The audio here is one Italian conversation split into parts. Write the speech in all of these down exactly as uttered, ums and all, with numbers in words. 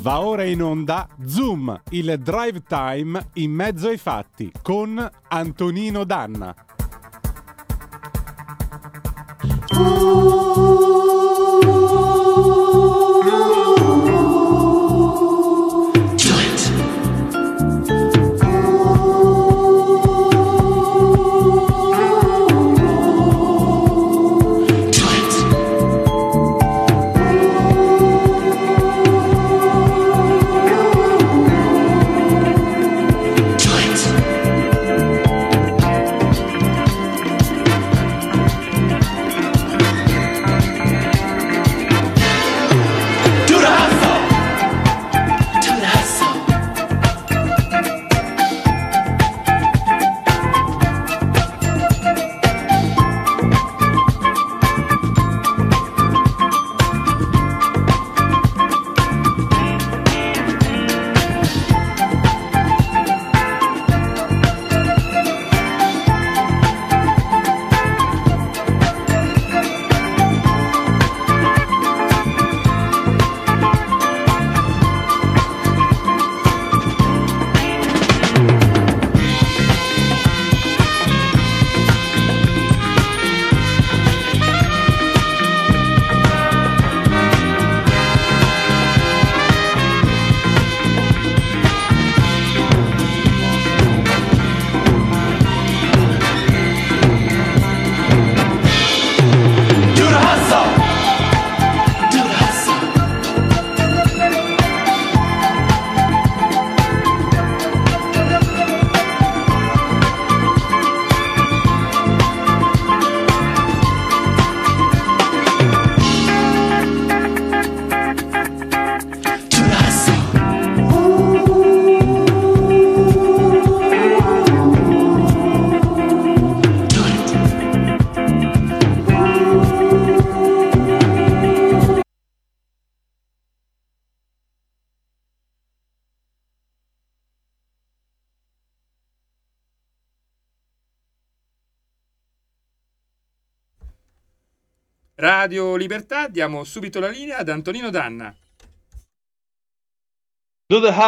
Va ora in onda Zoom, il drive time in mezzo ai fatti con Antonino Danna. Radio Libertà, diamo subito la linea ad Antonino Danna. Do the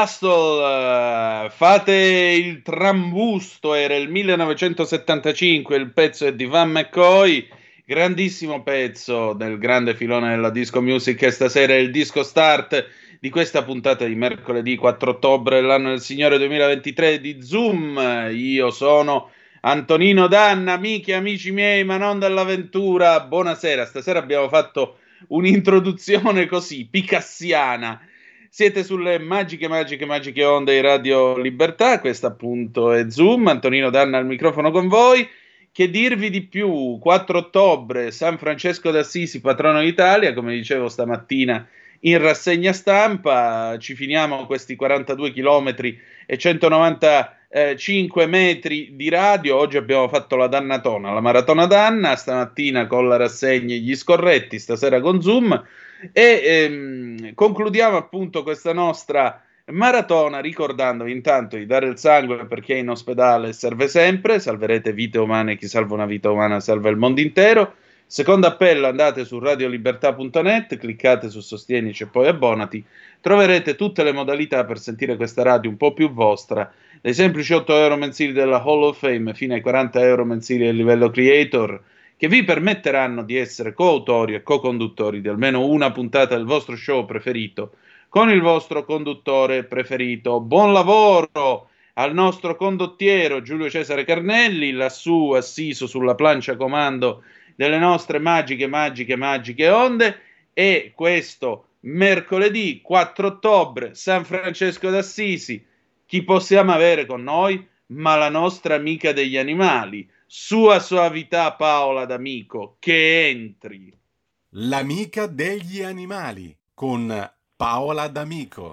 Hustle, uh, fate il trambusto, era il millenovecentosettantacinque, il pezzo è di Van McCoy, grandissimo pezzo del grande filone della disco music, e stasera è il disco start di questa puntata di mercoledì quattro ottobre dell'anno del Signore duemilaventitré di Zoom. Io sono Antonino Danna, amiche e amici miei, ma non dell'avventura, buonasera. Stasera abbiamo fatto un'introduzione così, picassiana. Siete sulle magiche, magiche, magiche onde di Radio Libertà, questo appunto è Zoom, Antonino Danna al microfono con voi. Che dirvi di più? quattro ottobre, San Francesco d'Assisi, patrono d'Italia, come dicevo stamattina in rassegna stampa, ci finiamo questi quarantadue chilometri e centonovantacinque metri di radio. Oggi abbiamo fatto la Dannatona, la Maratona Danna, stamattina con la rassegna e gli scorretti, stasera con Zoom, e ehm, concludiamo appunto questa nostra maratona ricordandovi intanto di dare il sangue perché in ospedale serve sempre, salverete vite umane, chi salva una vita umana salva il mondo intero. Secondo appello, andate su radiolibertà punto net, cliccate su Sostienici e poi abbonati, troverete tutte le modalità per sentire questa radio un po' più vostra, dai semplici otto euro mensili della Hall of Fame fino ai quaranta euro mensili del livello Creator, che vi permetteranno di essere coautori e co-conduttori di almeno una puntata del vostro show preferito, con il vostro conduttore preferito. Buon lavoro al nostro condottiero Giulio Cesare Carnelli, lassù assiso sulla plancia comando delle nostre magiche, magiche, magiche onde. E questo mercoledì quattro ottobre, San Francesco d'Assisi, chi possiamo avere con noi? Ma la nostra amica degli animali, Sua Soavità Paola D'Amico, che entri. L'amica degli animali con Paola D'Amico.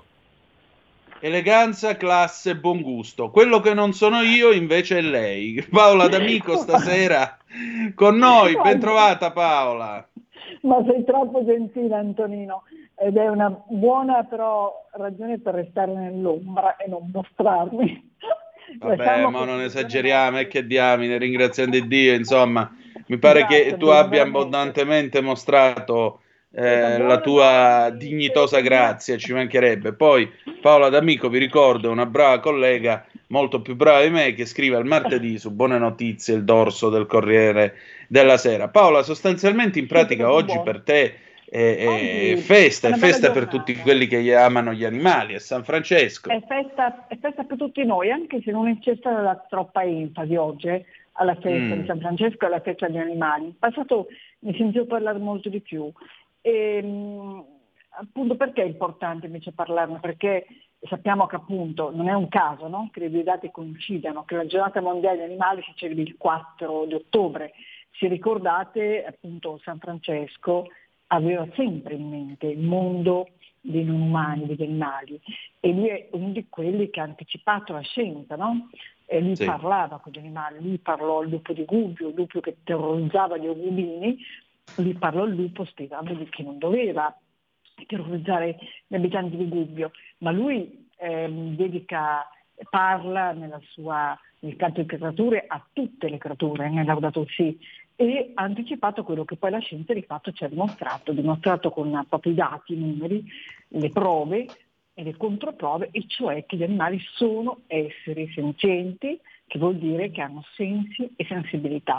Eleganza, classe, buon gusto. Quello che non sono io invece è lei. Paola D'Amico stasera con noi. Ben trovata Paola. Ma sei troppo gentile Antonino, ed è una buona però ragione per restare nell'ombra e non mostrarmi. Vabbè, ma non esageriamo, e che diamine, ringraziando Dio, insomma, mi pare esatto, che tu abbia veramente abbondantemente mostrato eh, la tua dignitosa grazia, ci mancherebbe. Poi Paola D'Amico, vi ricordo, è una brava collega, molto più brava di me, che scrive al martedì su Buone Notizie il dorso del Corriere della Sera. Paola, sostanzialmente in pratica oggi per te è, è festa, è festa per tutti quelli che amano gli animali, è San Francesco. È festa, è festa per tutti noi, anche se non c'è stata troppa enfasi oggi eh, alla festa mm. di San Francesco e alla festa degli animali. In passato mi sentivo parlare molto di più. E, appunto perché è importante invece parlarne? Perché sappiamo che appunto non è un caso, no? Che le due date coincidano, che la giornata mondiale degli animali si celebra il quattro di ottobre. Se ricordate, appunto San Francesco aveva sempre in mente il mondo dei non umani, degli animali, e lui è uno di quelli che ha anticipato la scienza, no? E lui sì. parlava con gli animali, lui parlò al lupo di Gubbio, il lupo che terrorizzava gli ogubini, lui parlò al lupo spiegandogli che non doveva terrorizzare gli abitanti di Gubbio, ma lui ehm, dedica, parla nella sua, nel canto di creature a tutte le creature, nel Laudato Si, e ha anticipato quello che poi la scienza di fatto ci ha dimostrato, dimostrato con proprio i dati, i numeri, le prove e le controprove, e cioè che gli animali sono esseri senzienti, che vuol dire che hanno sensi e sensibilità.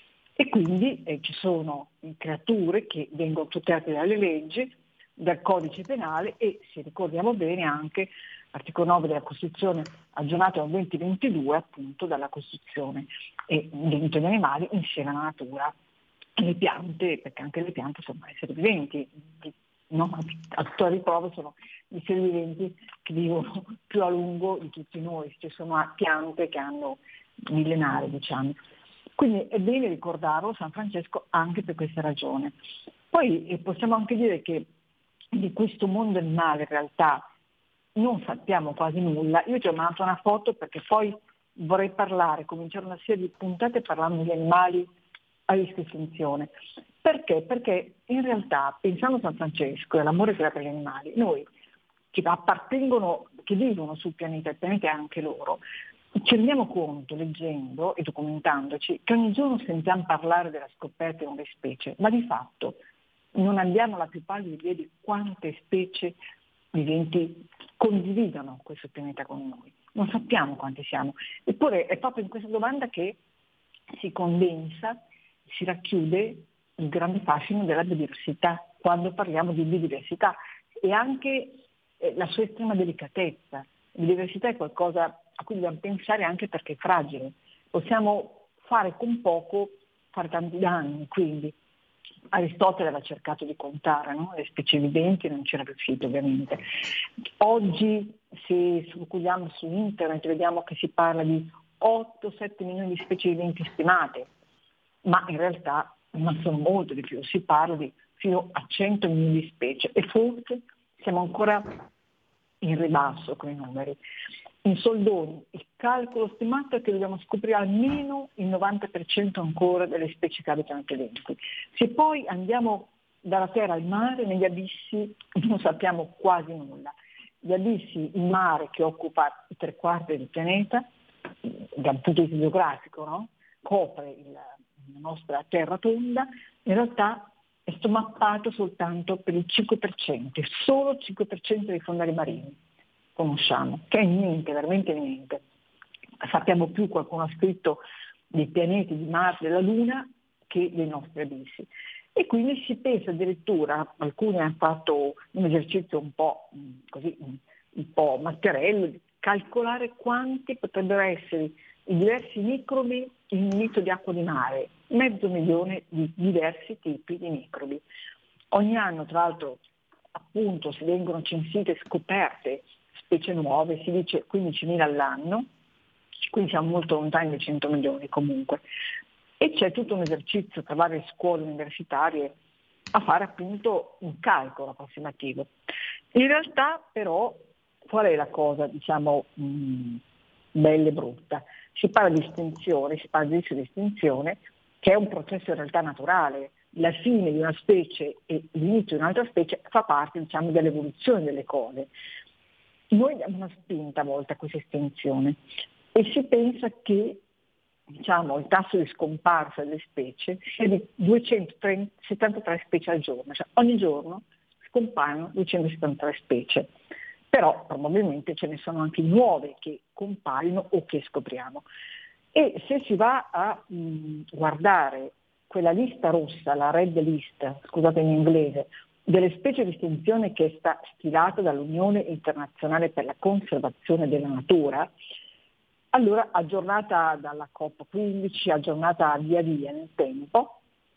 E quindi eh, ci sono creature che vengono tutelate dalle leggi, dal codice penale e, se ricordiamo bene, anche l'articolo nove della Costituzione aggiornato nel duemilaventidue appunto dalla Costituzione, e diritto degli animali insieme alla natura, le piante, perché anche le piante sono esseri viventi, no? A tutta riprova sono gli esseri viventi che vivono più a lungo di tutti noi, ci sono piante che hanno millenari, diciamo. Quindi è bene ricordarlo San Francesco anche per questa ragione. Poi eh, possiamo anche dire che di questo mondo animale in realtà non sappiamo quasi nulla. Io ti ho mandato una foto perché poi vorrei parlare, cominciare una serie di puntate parlando di animali a rischio estinzione. Perché? Perché in realtà, pensando a San Francesco e all'amore che ha per gli animali, noi che appartengono, che vivono sul pianeta, il pianeta è anche loro, ci rendiamo conto, leggendo e documentandoci, che ogni giorno sentiamo parlare della scoperta di nuove specie, ma di fatto non abbiamo la più pallida idea di quante specie viventi condividono questo pianeta con noi. Non sappiamo quanti siamo. Eppure è proprio in questa domanda che si condensa, si racchiude il grande fascino della biodiversità, quando parliamo di biodiversità, e anche eh, la sua estrema delicatezza. La biodiversità è qualcosa a cui dobbiamo pensare anche perché è fragile. Possiamo fare con poco, fare tanti danni, quindi Aristotele aveva cercato di contare, no? Le specie viventi, non c'era riuscito ovviamente. Oggi se guardiamo su internet vediamo che si parla di otto sette milioni di specie viventi stimate, ma in realtà non sono molto di più, si parla di fino a cento milioni di specie e forse siamo ancora in ribasso con i numeri. In soldoni, il calcolo stimato è che dobbiamo scoprire almeno il novanta per cento ancora delle specie che abitano i pianeti. Se poi andiamo dalla terra al mare, negli abissi non sappiamo quasi nulla. Gli abissi, il mare che occupa i tre quarti del pianeta, dal punto di vista geografico, no? Copre il, la nostra terra tonda, in realtà è stato mappato soltanto per il cinque per cento, solo il cinque per cento dei fondali marini conosciamo, che è niente, veramente niente. Sappiamo più, qualcuno ha scritto, dei pianeti, di Marte, della Luna, che dei nostri abissi. E quindi si pensa addirittura, alcuni hanno fatto un esercizio un po' così, un po' matterello, di calcolare quanti potrebbero essere i diversi microbi in un litro di acqua di mare, mezzo milione di diversi tipi di microbi. Ogni anno, tra l'altro, appunto, si vengono censite e scoperte specie nuove, si dice quindicimila all'anno, quindi siamo molto lontani dai cento milioni comunque. E c'è tutto un esercizio tra varie scuole universitarie a fare appunto un calcolo approssimativo. In realtà però qual è la cosa, diciamo, mh, bella e brutta? Si parla di estinzione, si parla di rischio di estinzione, che è un processo in realtà naturale. La fine di una specie e l'inizio di un'altra specie fa parte, diciamo, dell'evoluzione delle cose. Noi diamo una spinta a volte a questa estinzione e si pensa che diciamo, il tasso di scomparsa delle specie sia di duecentosettantatré specie al giorno, cioè ogni giorno scompaiono duecentosettantatré specie, però probabilmente ce ne sono anche nuove che compaiono o che scopriamo. E se si va a mh, guardare quella lista rossa, la red list, scusate in inglese, delle specie di estinzione che è sta stilata dall'Unione Internazionale per la Conservazione della Natura, allora aggiornata dalla COP quindici, aggiornata via via nel tempo,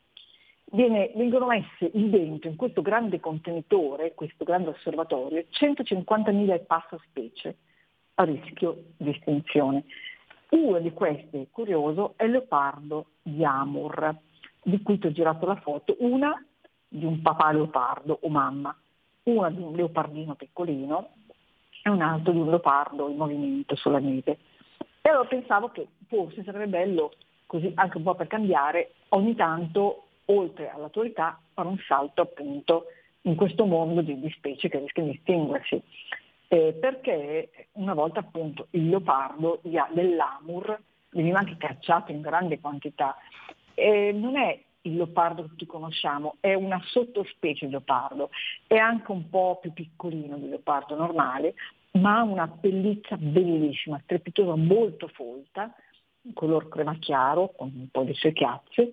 viene, vengono messe in dentro in questo grande contenitore, questo grande osservatorio, centocinquantamila e passa specie a rischio di estinzione. Uno di questi, curioso, è il leopardo di Amur, di cui ti ho girato la foto, una di un papà leopardo o mamma, una di un leopardino piccolino e un altro di un leopardo in movimento sulla neve. E allora pensavo che forse sarebbe bello, così anche un po' per cambiare, ogni tanto, oltre all'attualità, fare un salto appunto in questo mondo di, di specie che rischiano di estinguersi. Eh, perché una volta appunto il leopardo dell'Amur veniva anche cacciato in grande quantità. Eh, non è il leopardo che tutti conosciamo, è una sottospecie di leopardo, è anche un po' più piccolino del leopardo normale, ma ha una pelliccia bellissima, strepitosa, molto folta, color crema chiaro, con un po' di sue chiazze,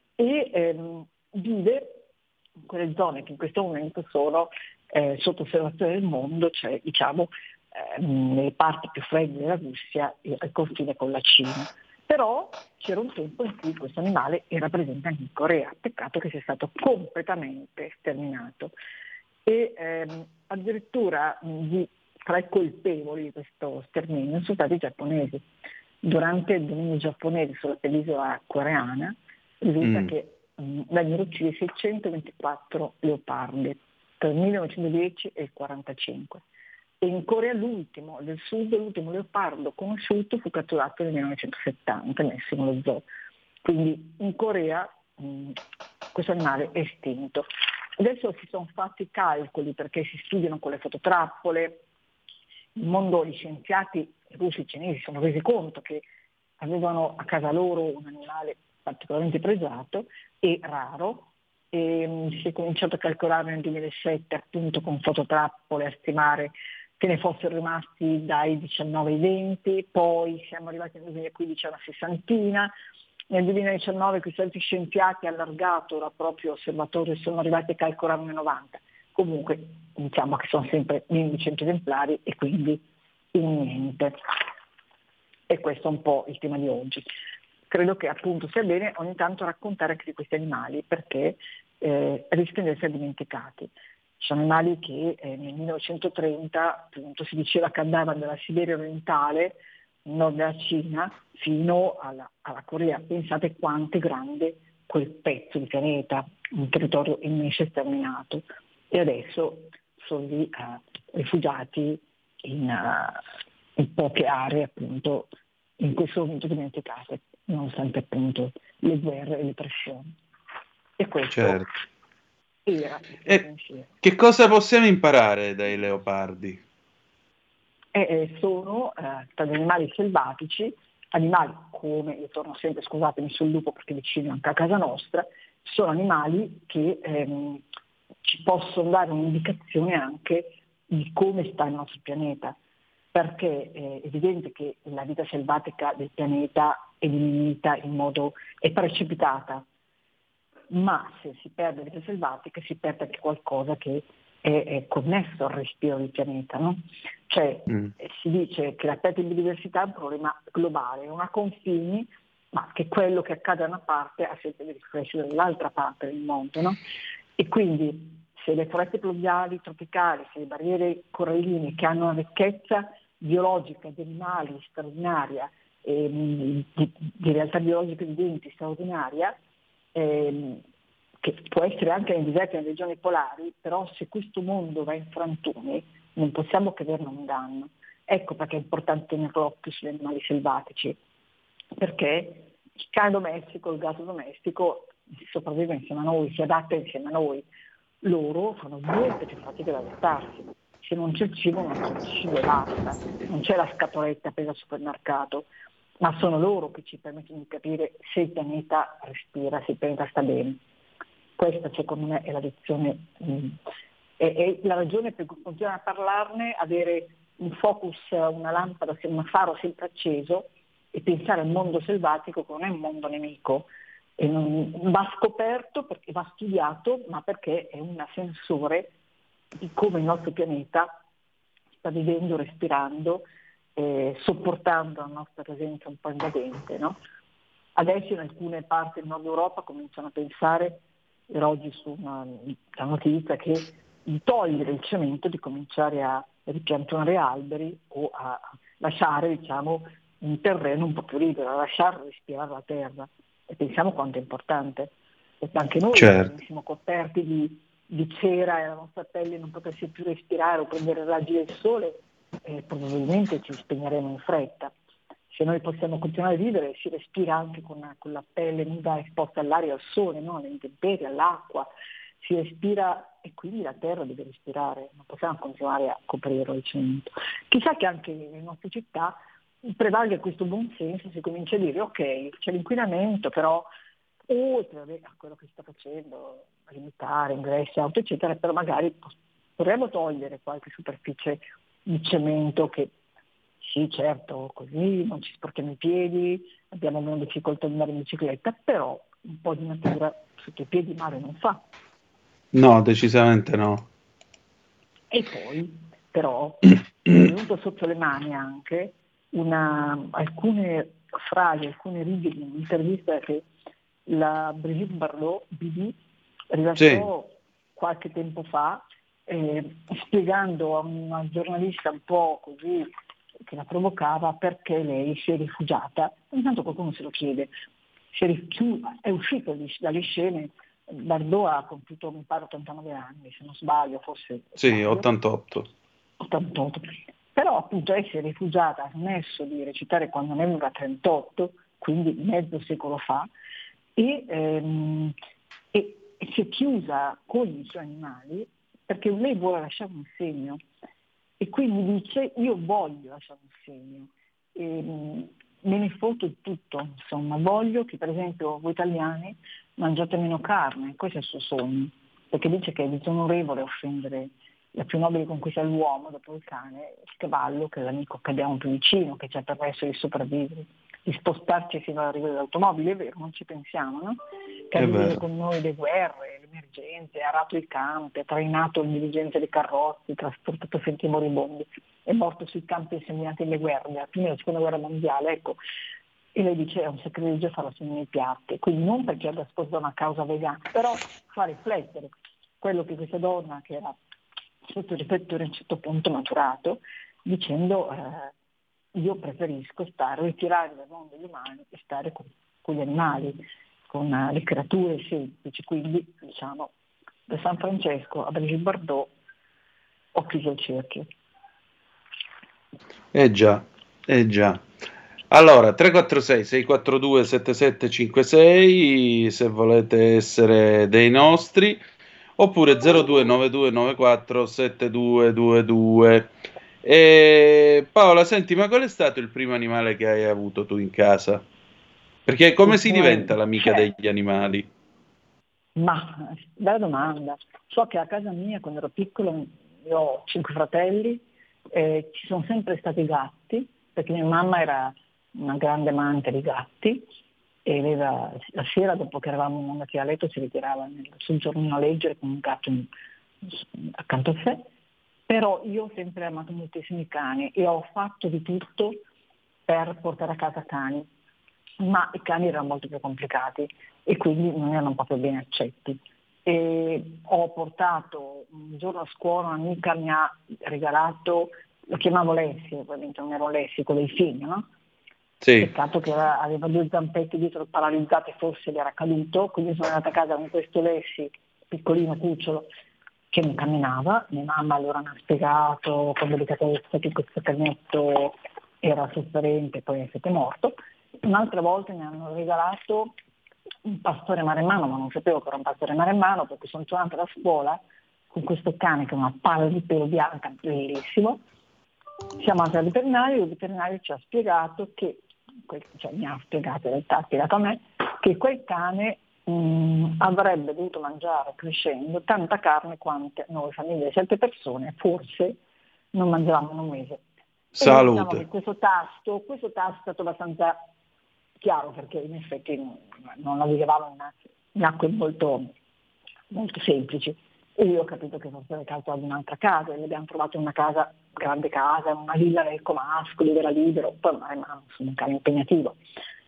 e ehm, vive in quelle zone che in questo momento sono eh, sotto osservazione del mondo, cioè diciamo ehm, nelle parti più fredde della Russia e al confine con la Cina. Però c'era un tempo in cui questo animale era presente anche in Corea, peccato che sia stato completamente sterminato. E ehm, addirittura di tra i colpevoli di questo sterminio sono stati i giapponesi. Durante il dominio giapponese sulla penisola coreana risulta mm. che mh, vennero uccisi seicentoventiquattro leopardi tra il millenovecentodieci e il quarantacinque. E in Corea l'ultimo, del sud, l'ultimo leopardo conosciuto fu catturato nel millenovecentosettanta, messo in uno zoo. Quindi in Corea mh, questo animale è estinto. Adesso si sono fatti calcoli perché si studiano con le fototrappole. Il mondo, gli scienziati russi e cinesi si sono resi conto che avevano a casa loro un animale particolarmente pregiato e raro, e mh, si è cominciato a calcolare nel duemilasette appunto con fototrappole, a stimare che ne fossero rimasti dai diciannove ai venti, poi siamo arrivati nel duemilaquindici a una sessantina, nel duemiladiciannove questi altri scienziati hanno allargato il proprio osservatorio e sono arrivati a calcolarne novanta. Comunque diciamo che sono sempre milleduecento esemplari e quindi un niente. E questo è un po' il tema di oggi. Credo che appunto sia bene ogni tanto raccontare anche di questi animali perché eh, rischiano di essere dimenticati. Ci sono animali che eh, nel millenovecentotrenta appunto si diceva che andavano dalla Siberia orientale, nord della Cina, fino alla, alla Corea. Pensate quanto è grande quel pezzo di pianeta, un territorio immenso e sterminato. E adesso sono lì eh, rifugiati in, uh, in poche aree appunto in questo momento dimenticate, nonostante appunto le guerre e le pressioni. E questo certo. era e pensiero. Che cosa possiamo imparare dai leopardi? Eh, sono eh, tra gli animali selvatici, animali come, io torno sempre, scusatemi, sul lupo perché è vicino anche a casa nostra, sono animali che ehm, ci possono dare un'indicazione anche di come sta il nostro pianeta, perché è evidente che la vita selvatica del pianeta è diminuita in modo, è precipitata, ma se si perde la vita selvatica si perde anche qualcosa che è, è connesso al respiro del pianeta, no? Cioè mm. si dice che la perdita di biodiversità è un problema globale, non ha confini, ma che quello che accade da una parte ha sempre dei riflessi dall'altra parte del mondo, no? E quindi se le foreste pluviali tropicali, se le barriere coralline che hanno una ricchezza biologica di animali straordinaria, eh, di, di realtà biologiche viventi straordinaria, eh, che può essere anche nei deserti e nelle regioni polari, però se questo mondo va in frantumi non possiamo che averne un danno. Ecco perché è importante tenere l'occhio sugli animali selvatici, perché il cane domestico, il gatto domestico sopravvive insieme a noi, si adatta insieme a noi. Loro fanno molte più fatiche ad adattarsi. Se non c'è il cibo non c'è il cibo e basta, non c'è la scatoletta appesa al supermercato. ma sono loro che ci permettono di capire se il pianeta respira, se il pianeta sta bene. Questa secondo me è la lezione, mh, è, è la ragione per cui continuare a parlarne, avere un focus, una lampada, un faro sempre acceso e pensare al mondo selvatico che non è un mondo nemico, e non, va scoperto, perché va studiato, ma perché è un sensore di come il nostro pianeta sta vivendo, respirando, eh, sopportando la nostra presenza un po' invadente, no? Adesso in alcune parti del nord Europa cominciano a pensare, era oggi su una, una notizia, che di togliere il cemento, di cominciare a ripiantare alberi o a lasciare, diciamo, un terreno un po' più libero, a lasciare respirare la terra. E pensiamo quanto è importante, perché anche noi Certo. siamo coperti di, di cera e la nostra pelle non potesse più respirare o prendere raggi del sole, eh, probabilmente ci spegneremo in fretta. Se noi possiamo continuare a vivere, si respira anche con, con la pelle nuda esposta all'aria, al sole, no? Alle intemperie, all'acqua, si respira e quindi la terra deve respirare, non possiamo continuare a coprirlo di cemento. Chissà che anche nelle nostre città prevalga questo buon senso, si comincia a dire ok, c'è l'inquinamento, però oltre a quello che si sta facendo, limitare ingressi, auto eccetera, però magari potremmo togliere qualche superficie di cemento che sì, certo, così non ci sporchiamo i piedi, abbiamo meno difficoltà di andare in bicicletta, però un po' di natura sotto i piedi male non fa. No, decisamente no. E poi però mi è venuto sotto le mani anche una, alcune frasi, alcune righe di un'intervista che la Brigitte Bardot, B B, rilasciò sì. qualche tempo fa, eh, spiegando a una giornalista un po' così che la provocava perché lei si è rifugiata. Intanto qualcuno se lo chiede, si è, rifu- è uscito dalle scene. Bardot ha compiuto mi pare ottantanove anni, se non sbaglio, forse sì, sbaglio. ottantotto. ottantotto. Però appunto lei si è rifugiata, ha smesso di recitare quando ne aveva trentotto, quindi mezzo secolo fa, e, ehm, e, e si è chiusa con i suoi animali perché lei vuole lasciare un segno e quindi dice io voglio lasciare un segno. E, me ne foto di tutto, insomma, voglio che per esempio voi italiani mangiate meno carne, questo è il suo sogno, perché dice che è disonorevole offendere la più nobile conquista dell'uomo dopo il cane, il cavallo, che è l'amico che abbiamo più vicino, che ci ha permesso di sopravvivere, di spostarci fino all'arrivo dell'automobile, è vero, non ci pensiamo, no? Che ha diviso con noi le guerre, le emergenze, ha arato i campi, ha trainato il dirigente dei carrozzi, trasportato feriti moribondi, è morto sui campi insegnati alle guerre, alla fine della seconda guerra mondiale, ecco. E lei dice è un sacrilegio farlo nei piatti, quindi non perché abbia sposato una causa vegana, però fa riflettere quello che questa donna, che era sotto il riflettore a un certo punto maturato, dicendo eh, io preferisco stare, ritirare dal mondo degli umani e stare con, con gli animali, con uh, le creature semplici. Quindi diciamo da San Francesco a Brigitte Bardot ho chiuso il cerchio. Eh già, eh già. Allora, tre quattro sei sei quattro due sette sette cinque sei se volete essere dei nostri, oppure zero due nove due nove quattro sette due due due. E Paola, senti, ma qual è stato il primo animale che hai avuto tu in casa? Perché come si diventa l'amica C'è. degli animali? Ma, bella domanda. So che a casa mia, quando ero piccolo, io ho cinque fratelli, eh, ci sono sempre stati gatti, perché mia mamma era una grande amante di gatti e aveva, la sera dopo che eravamo andati a letto si ritirava nel soggiornino a leggere con un gatto in, accanto a sé, però io ho sempre amato moltissimi i cani e ho fatto di tutto per portare a casa cani, ma i cani erano molto più complicati e quindi non erano proprio ben accetti. E ho portato un giorno a scuola, un'amica mi ha regalato, lo chiamavo Lessi, ovviamente non ero Lessi, quello dei figli, no? Sì. Peccato che aveva, aveva due zampette dietro paralizzate, forse gli era caduto, quindi sono andata a casa con questo Lessi, piccolino cucciolo, che non camminava. Mia mamma allora mi ha spiegato con delicatezza che questo canetto era sofferente, poi è stato morto. Un'altra volta mi hanno regalato un pastore maremmano, ma non sapevo che era un pastore maremmano perché sono tornata da scuola con questo cane che è una palla di pelo bianca, bellissimo. Siamo andati al veterinario e il veterinario ci ha spiegato che quel, cioè, mi ha spiegato, ha spiegato a me, che quel cane mh, avrebbe dovuto mangiare crescendo tanta carne quante noi famiglie di sette persone forse non mangiavamo in un mese. Salute. E diciamo che questo tasto, questo tasto è stato abbastanza chiaro, perché in effetti non la vivevamo in, in acque molto, molto semplici. E io ho capito che fosse legato ad un'altra casa, e l'abbiamo trovato in una casa, grande casa, una villa nel Comasco, dove era libero, poi ma insomma un cane impegnativo.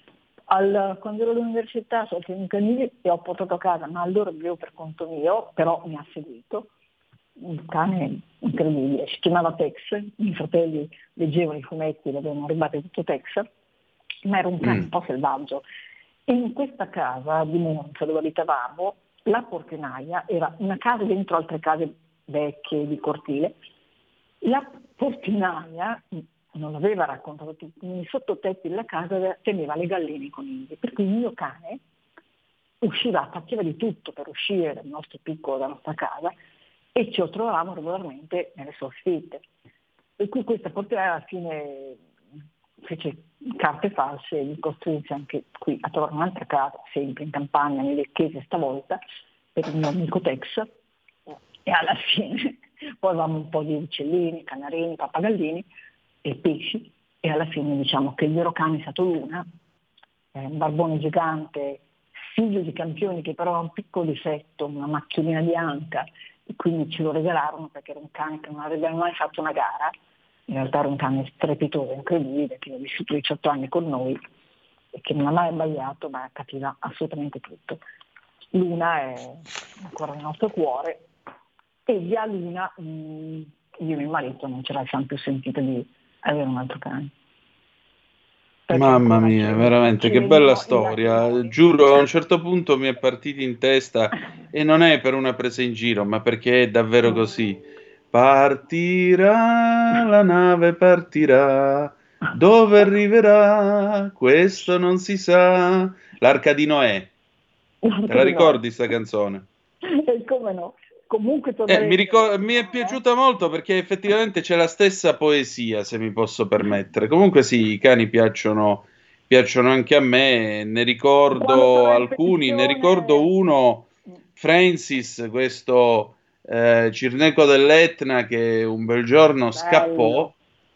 Al, quando ero all'università sono tenuto i canili e ho portato a casa, ma allora vivevo per conto mio, però mi ha seguito, un cane incredibile, si chiamava Tex, i miei fratelli leggevano i fumetti, l'avevano rubato tutto Tex, ma era un cane Mm. un po' selvaggio. E in questa casa di Monza dove abitavamo, la portinaia era una casa dentro altre case vecchie di cortile. La portinaia non l'aveva raccontato tutto, nei sottotetti della casa teneva le galline e i conigli, per cui il mio cane usciva, faceva di tutto per uscire dal nostro piccolo, dalla nostra casa, e ci trovavamo regolarmente nelle sue sfitte. Per cui questa portinaia alla fine fece carte false di costruirsi anche qui a trovare un'altra casa, sempre in campagna, nelle chiese stavolta, per il mio amico Tex, e alla fine poi avevamo un po' di uccellini, canarini, pappagallini e pesci, e alla fine diciamo che il vero cane è stato Luna, eh, un barbone gigante, figlio di campioni che però ha un piccolo difetto, una macchiolina bianca, e quindi ce lo regalarono perché era un cane che non avrebbe mai fatto una gara. In realtà era un cane strepitoso, incredibile, che ha vissuto diciotto anni con noi e che non ha mai sbagliato, ma capiva assolutamente tutto. Luna è ancora nel nostro cuore, e via Luna mh, io e mio marito non ce l'abbiamo più sentito di avere un altro cane. Perché Mamma ancora mia, ci- veramente, ci che bella vengono i storia. lacrimoni. Giuro, a un certo punto mi è partito in testa, e non è per una presa in giro, ma perché è davvero così. Partirà, la nave partirà, dove arriverà? Questo non si sa. L'Arca di Noè, te la ricordi sta canzone? E come no? Comunque Eh, torneremo. mi, ricor- mi è piaciuta molto perché effettivamente c'è la stessa poesia, se mi posso permettere. Comunque sì, i cani piacciono, piacciono anche a me, ne Quando ricordo sarà in alcuni, ne ricordo pensione. uno, Francis, questo eh, Cirneco dell'Etna, che un bel giorno scappò, Bello.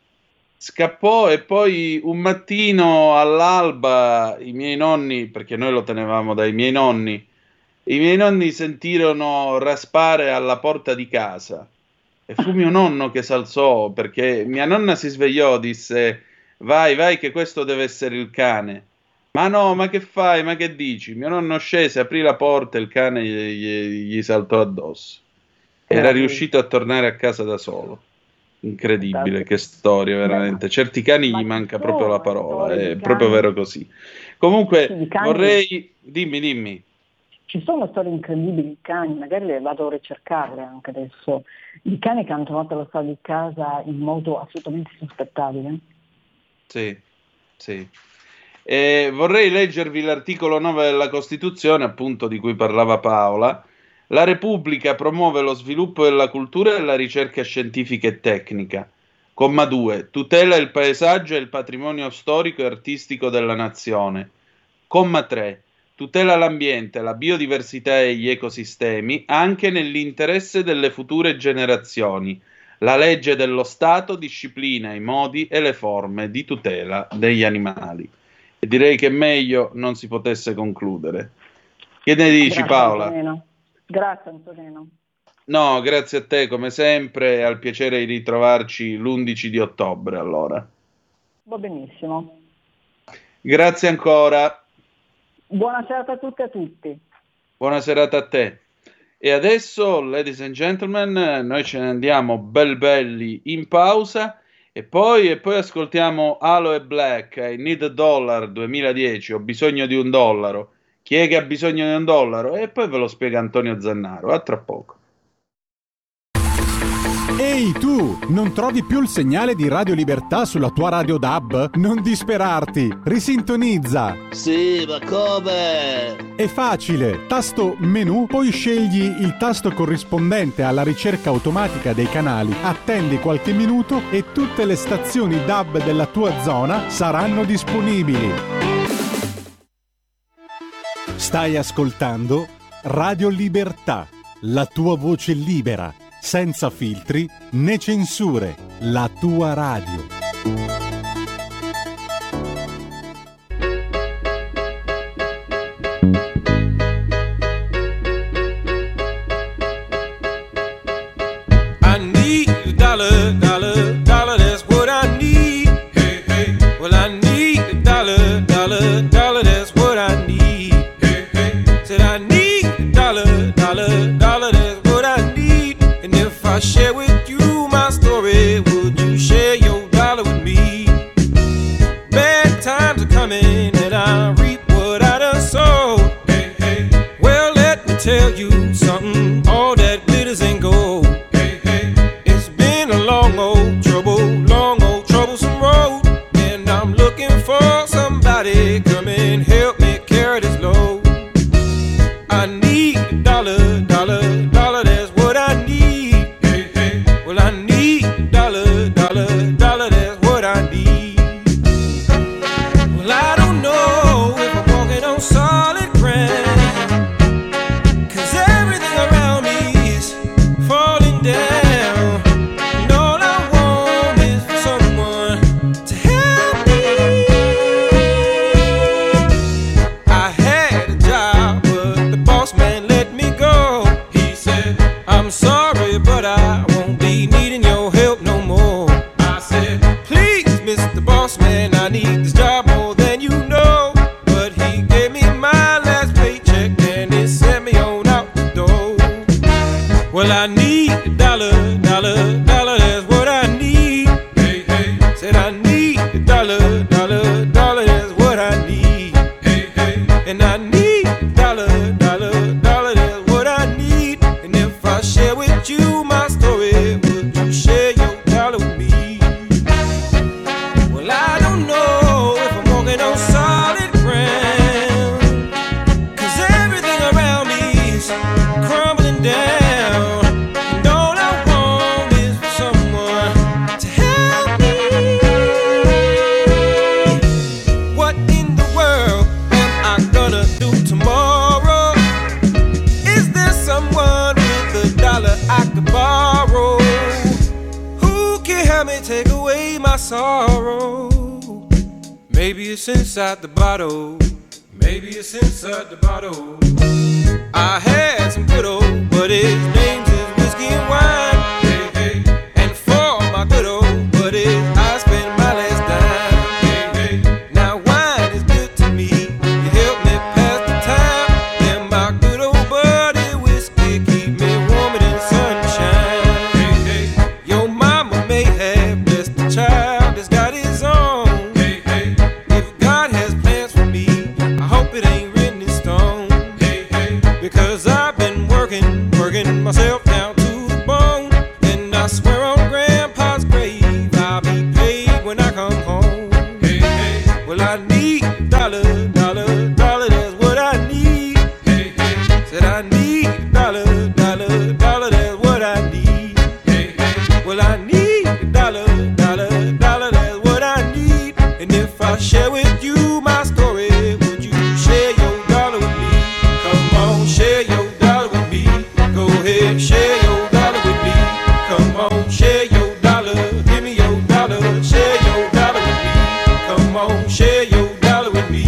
scappò e poi un mattino all'alba i miei nonni, perché noi lo tenevamo dai miei nonni, i miei nonni sentirono raspare alla porta di casa e fu mio nonno che s'alzò perché mia nonna si svegliò, disse: Vai, vai, che questo deve essere il cane. Ma no, ma che fai? Ma che dici? Mio nonno scese, aprì la porta e il cane gli, gli- gli saltò addosso. Era Meraviglia. riuscito a tornare a casa da solo. Incredibile, Fantastico. che storia, Beh, ma, veramente. Certi cani gli ma ci manca proprio la sono parola, storie di è proprio cani, vero così. sì, di Comunque, cani, vorrei... Dimmi, dimmi. ci sono storie incredibili di cani, magari le vado a ricercarle anche adesso, di cani che hanno trovato la strada di casa in modo assolutamente insospettabile. Sì, sì. E vorrei leggervi l'articolo nove della Costituzione, appunto, di cui parlava Paola. La Repubblica promuove lo sviluppo della cultura e la ricerca scientifica e tecnica. Comma due. Tutela il paesaggio e il patrimonio storico e artistico della nazione. Comma tre. Tutela l'ambiente, la biodiversità e gli ecosistemi, anche nell'interesse delle future generazioni. La legge dello Stato disciplina i modi e le forme di tutela degli animali. E direi che meglio non si potesse concludere. Che ne dici, Grazie Paola? Antonino. Grazie Antonino. No, grazie a te come sempre, e al piacere di ritrovarci l'undici di ottobre, allora. Va benissimo. Grazie ancora, Buona serata a tutti e a tutti. buona serata a te. E adesso, ladies and gentlemen, noi ce ne andiamo bel belli in pausa e poi, e poi ascoltiamo Halo e Black, I Need a Dollar duemiladieci, ho bisogno di un dollaro. Chi è che ha bisogno di un dollaro? E poi ve lo spiega Antonio Zannaro. A tra poco. Ehi tu, non trovi più il segnale di Radio Libertà sulla tua radio D A B? Non disperarti, risintonizza! Sì, ma come? È facile, tasto menu, poi scegli il tasto corrispondente alla ricerca automatica dei canali, attendi qualche minuto e tutte le stazioni D A B della tua zona saranno disponibili. Stai ascoltando Radio Libertà, la tua voce libera, senza filtri né censure, la tua radio. I need a dollar, dollar, dollar, that's what I need. Hey, hey. Well, I need a dollar, dollar, dollar, that's what I need. Hey, hey. Said I need a dollar, dollar, dollar, that's what I need. And if I share with you my story, would you share your dollar with me? Bad times are coming and I reap what I done sowed. Hey, hey. Well, let me tell you something, all that glitters ain't gold. Hey, hey. It's been a long old trouble, long old troublesome road, and I'm looking for somebody come and help me carry this load. I need a dollar, dollar, dollar, that's what I need. Hey, hey. Well, I need a dollar, dollar, dollar, that's what I need. Well, I don't know if I'm walking on solid ground, 'cause everything around me is falling down. And all I want is for someone to help me. I had a job, but the boss man let me go. He said, I'm sorry, but I won't be needing your help no more. I said, please, Mister Boss Man, I need this job more than you know. But he gave me my last paycheck and he sent me on out the door. Well, I need a dollar, dollar, dollar, that's what I need. Hey, hey. Said I need a dollar, dollar, dollar, that's what I need. Hey, hey. And I need a dollar, dollar, dollar, that's what I need. And if I share with you my story, would you share your dollar with me? Well, I don't know if I'm walking on solid ground, 'cause everything around me is crumbling down. And all I want is for someone to help me. What in the world am I gonna do tomorrow? Is there someone with a dollar I could borrow? Who can help me take away my sorrow? Maybe it's inside the bottle. Maybe it's inside the bottle. I had some good old buddies, names is whiskey and wine. Hey, hey. And for my good old buddies, I spent my last dime. Hey, hey. Now wine is good to me, you help me pass the time. And my good old buddy whiskey keep me warmer than sunshine. Hey, hey. Your mama may have blessed the child that's got his own. Hey, hey. If God has plans for me, I hope it ain't written in stone. Hey, hey. Because I've been working, working myself down to the bone. And I swear on Grandpa's grave, I'll be paid when I come home. Hey, hey. Well, I need a dollar, dollar, dollar, that's what I need. Hey, hey. Said I need a dollar, dollar, dollar, that's what I need. Hey, hey. Well, I need a dollar, dollar, dollar, that's what I need. And if I share with you my story, would you share your dollar with me? Come on, share your dollar with me. Go ahead, share your dollar with me. Come on, share your dollar. Give me your dollar. Share your dollar with me. Come on, share your dollar with me.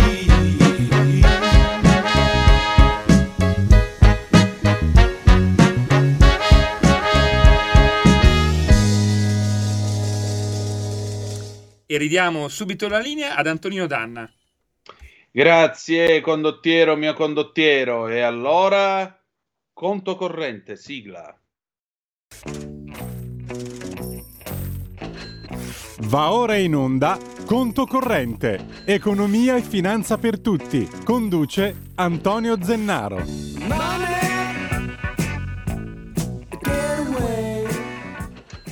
E ridiamo subito la linea ad Antonino Danna. Grazie condottiero, mio condottiero. E allora, conto corrente, sigla. Va ora in onda Conto Corrente, economia e finanza per tutti. Conduce Antonio Zennaro.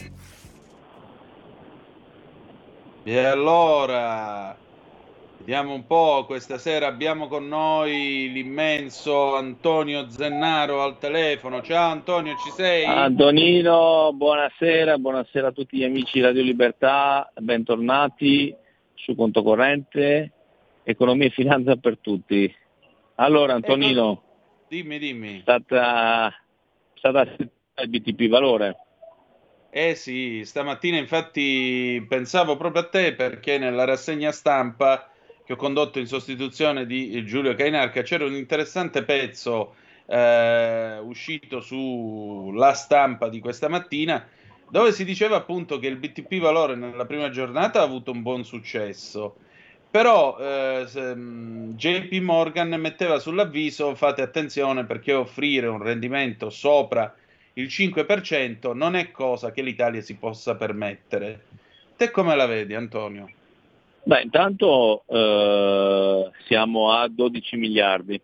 E allora, vediamo un po', questa sera abbiamo con noi l'immenso Antonio Zennaro al telefono. Ciao Antonio, ci sei? Antonino, buonasera, buonasera a tutti gli amici di Radio Libertà, bentornati su Conto Corrente, Economia e Finanza per tutti. Allora Antonino, Ecco, dimmi, dimmi. è stata, è stata il B T P Valore. Eh sì, stamattina infatti pensavo proprio a te perché nella rassegna stampa che ho condotto in sostituzione di Giulio Cainarca c'era un interessante pezzo eh, uscito sulla stampa di questa mattina dove si diceva appunto che il B T P Valore nella prima giornata ha avuto un buon successo, però eh, se, mh, J P Morgan metteva sull'avviso fate attenzione perché offrire un rendimento sopra il cinque per cento non è cosa che l'Italia si possa permettere. Te come la vedi, Antonio? Beh, intanto eh, siamo a dodici miliardi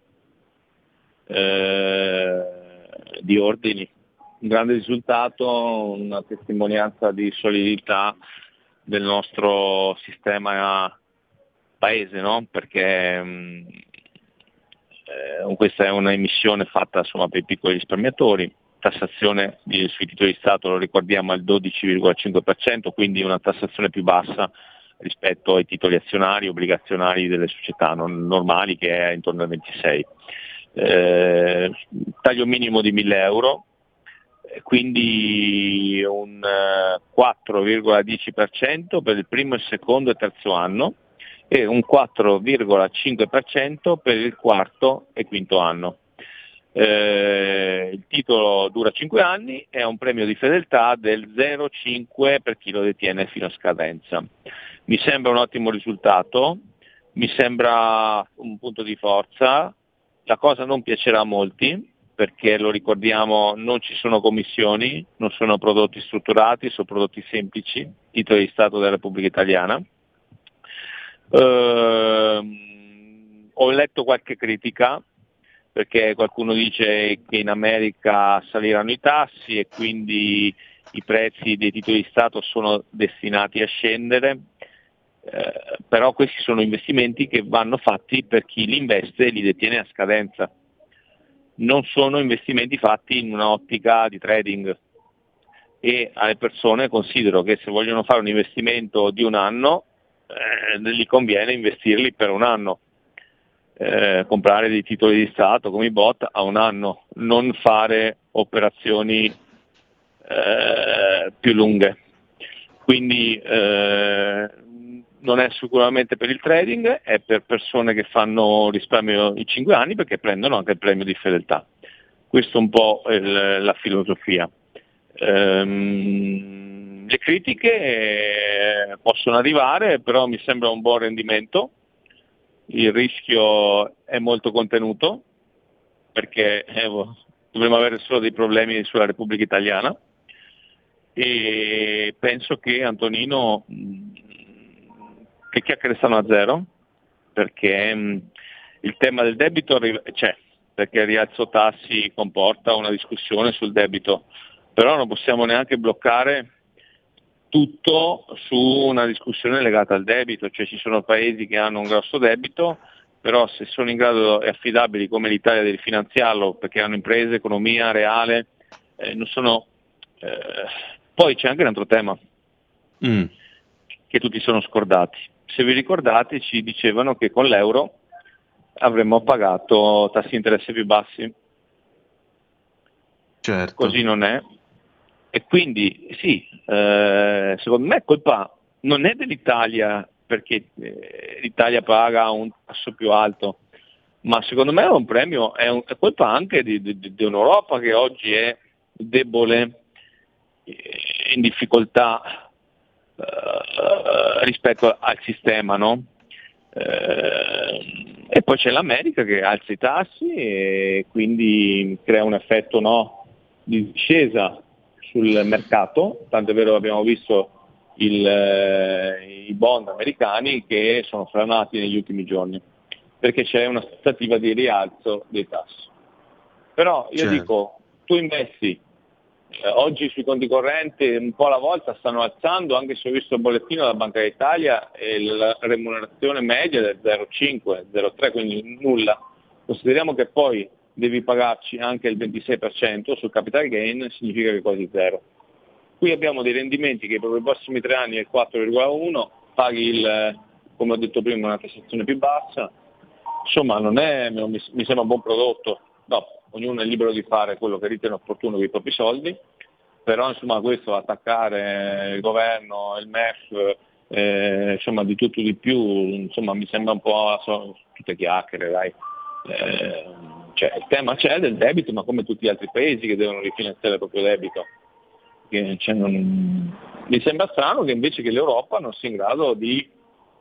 eh, di ordini, un grande risultato, una testimonianza di solidità del nostro sistema paese, no? Perché mh, eh, questa è una emissione fatta insomma, per i piccoli risparmiatori, tassazione di, sui titoli di Stato, lo ricordiamo, al dodici virgola cinque per cento, quindi una tassazione più bassa rispetto ai titoli azionari, obbligazionari delle società non, normali, che è intorno al ventisei. Eh, taglio minimo di mille euro, quindi un quattro virgola dieci per cento per il primo, il secondo e terzo anno e un quattro virgola cinque per cento per il quarto e quinto anno. Eh, il titolo dura cinque anni e ha un premio di fedeltà del zero virgola cinque per chi lo detiene fino a scadenza. Mi sembra un ottimo risultato, mi sembra un punto di forza. La cosa non piacerà a molti perché, lo ricordiamo, non ci sono commissioni, non sono prodotti strutturati, sono prodotti semplici, titoli di Stato della Repubblica Italiana. Eh, ho letto qualche critica perché qualcuno dice che in America saliranno i tassi e quindi i prezzi dei titoli di Stato sono destinati a scendere, eh, però questi sono investimenti che vanno fatti per chi li investe e li detiene a scadenza, non sono investimenti fatti in un'ottica di trading, e alle persone considero che se vogliono fare un investimento di un anno eh, gli conviene investirli per un anno. Eh, comprare dei titoli di Stato come i B O T a un anno, non fare operazioni eh, più lunghe. Quindi eh, non è sicuramente per il trading, è per persone che fanno risparmio in cinque anni perché prendono anche il premio di fedeltà. Questo è un po' il, la filosofia. Ehm, le critiche eh, possono arrivare, però mi sembra un buon rendimento. Il rischio è molto contenuto perché eh, dovremmo avere solo dei problemi sulla Repubblica Italiana, e penso che Antonino che chiacchiere stanno a zero perché mh, il tema del debito c'è, perché il rialzo tassi comporta una discussione sul debito, però non possiamo neanche bloccare tutto su una discussione legata al debito, cioè ci sono paesi che hanno un grosso debito, però se sono in grado e affidabili come l'Italia di rifinanziarlo perché hanno imprese, economia reale, eh, non sono... Eh... Poi c'è anche un altro tema mm. che tutti sono scordati. Se vi ricordate ci dicevano che con l'euro avremmo pagato tassi di interesse più bassi. Certo. Così non è. E quindi sì, eh, secondo me colpa non è dell'Italia perché eh, l'Italia paga un tasso più alto, ma secondo me è un premio, è, un, è colpa anche di, di, di un'Europa che oggi è debole, eh, in difficoltà eh, rispetto al sistema, no? Eh, e poi c'è l'America che alza i tassi e quindi crea un effetto, no, di discesa sul mercato, tanto è vero che abbiamo visto il, eh, i bond americani che sono frenati negli ultimi giorni, perché c'è una aspettativa di rialzo dei tassi. Però io certo. dico, tu investi Eh, oggi sui conti correnti un po' alla volta stanno alzando, anche se ho visto il bollettino della Banca d'Italia e la remunerazione media è del zero virgola cinque, zero virgola tre, quindi nulla. Consideriamo che poi devi pagarci anche il ventisei per cento sul capital gain, significa che quasi zero. Qui abbiamo dei rendimenti che per i prossimi tre anni è il quattro virgola uno, paghi il, come ho detto prima, una tassazione più bassa, insomma non è, mi, mi sembra un buon prodotto. Dopo, ognuno è libero di fare quello che ritiene opportuno con i propri soldi, però insomma questo attaccare il governo, il M E F, eh, insomma di tutto di più, insomma mi sembra un po' so, tutte chiacchiere, dai. Eh, cioè, il tema c'è del debito, ma come tutti gli altri paesi che devono rifinanziare il proprio debito. Che, cioè, non, mi sembra strano che invece che l'Europa non sia in grado di,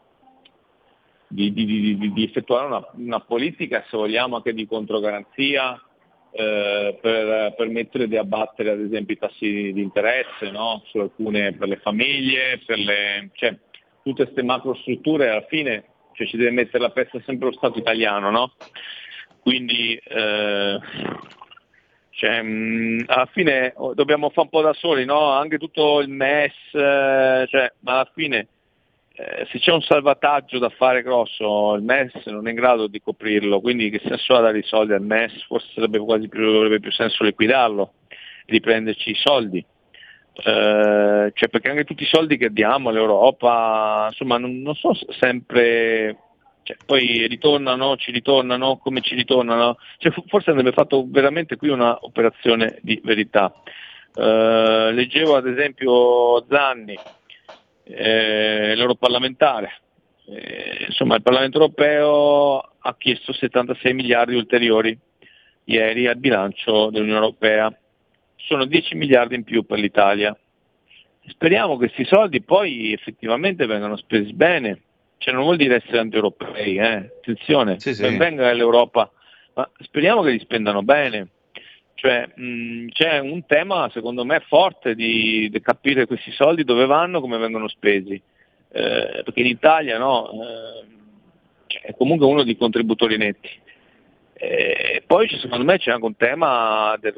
di, di, di, di effettuare una, una politica, se vogliamo, anche di controgaranzia, eh, per permettere di abbattere ad esempio i tassi di interesse, no? Su alcune, per le famiglie, per le, cioè, tutte queste macrostrutture alla fine, cioè, ci deve mettere la pezza sempre lo Stato italiano, no? Quindi eh, cioè, mh, alla fine dobbiamo fare un po' da soli, no? Anche tutto il M E S, eh, cioè, ma alla fine eh, se c'è un salvataggio da fare grosso, il M E S non è in grado di coprirlo, quindi che senso ha dare i soldi al M E S? Forse sarebbe quasi più, avrebbe più senso liquidarlo, riprenderci i soldi. Eh, cioè, perché anche tutti i soldi che diamo all'Europa, insomma, non, non sono sempre... Cioè, poi ritornano, ci ritornano, come ci ritornano, cioè, forse andrebbe fatto veramente qui una operazione di verità. Eh, leggevo ad esempio Zanni, eh, l'europarlamentare, eh, insomma il Parlamento europeo ha chiesto settantasei miliardi ulteriori ieri al bilancio dell'Unione Europea, sono dieci miliardi in più per l'Italia. Speriamo che questi soldi poi effettivamente vengano spesi bene. Cioè non vuol dire essere anti-europei, eh? Attenzione, sì, sì. Ben venga l'Europa, ma speriamo che li spendano bene. Cioè mh, c'è un tema secondo me forte di, di capire questi soldi dove vanno, come vengono spesi, eh, perché in Italia no, eh, cioè, è comunque uno dei contributori netti. E poi secondo me c'è anche un tema del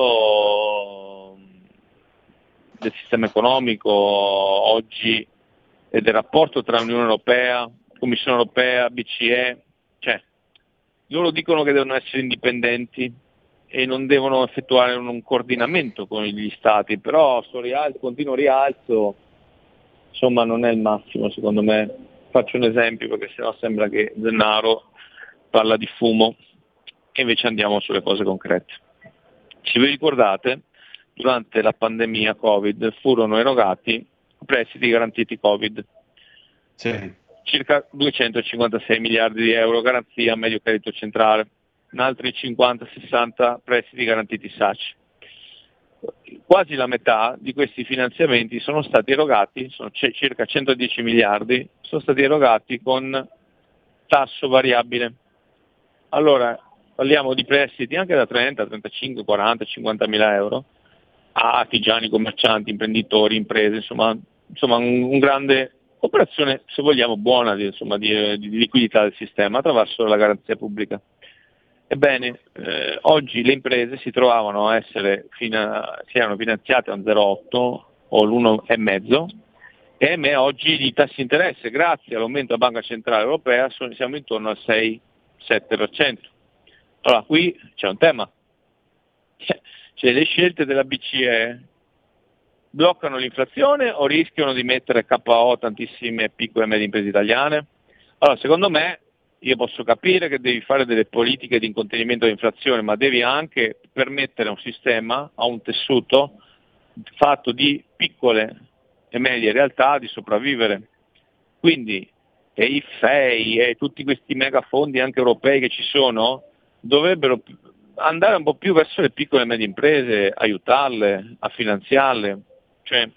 ruolo del sistema economico oggi e del rapporto tra Unione Europea, Commissione Europea, B C E, cioè loro dicono che devono essere indipendenti e non devono effettuare un, un coordinamento con gli Stati, però sto rialzo, continuo rialzo, insomma non è il massimo secondo me. Faccio un esempio perché sennò sembra che Zennaro parla di fumo e invece andiamo sulle cose concrete. Se vi ricordate, durante la pandemia Covid furono erogati prestiti garantiti Covid, sì. circa duecentocinquantasei miliardi di euro garanzia a medio credito centrale, in altri cinquanta sessanta prestiti garantiti S A C. Quasi la metà di questi finanziamenti sono stati erogati, sono c- circa centodieci miliardi, sono stati erogati con tasso variabile. Allora parliamo di prestiti anche da trenta, trentacinque, quaranta, cinquanta mila euro a artigiani, commercianti, imprenditori, imprese, insomma, insomma un, un grande operazione, se vogliamo, buona di, insomma, di, di liquidità del sistema attraverso la garanzia pubblica. Ebbene, eh, oggi le imprese si trovavano a essere, fina, si erano finanziate a un zero virgola otto o l'uno virgola cinque e ahimè oggi i tassi di interesse, grazie all'aumento della Banca Centrale Europea, sono, siamo intorno al sei sette per cento. Allora qui c'è un tema. Cioè le scelte della B C E bloccano l'inflazione o rischiano di mettere K O tantissime piccole e medie imprese italiane? Allora secondo me io posso capire che devi fare delle politiche di contenimento dell'inflazione, ma devi anche permettere a un sistema, a un tessuto fatto di piccole e medie realtà di sopravvivere. Quindi e i F E I e tutti questi megafondi anche europei che ci sono dovrebbero andare un po' più verso le piccole e medie imprese, aiutarle, a finanziarle, cioè,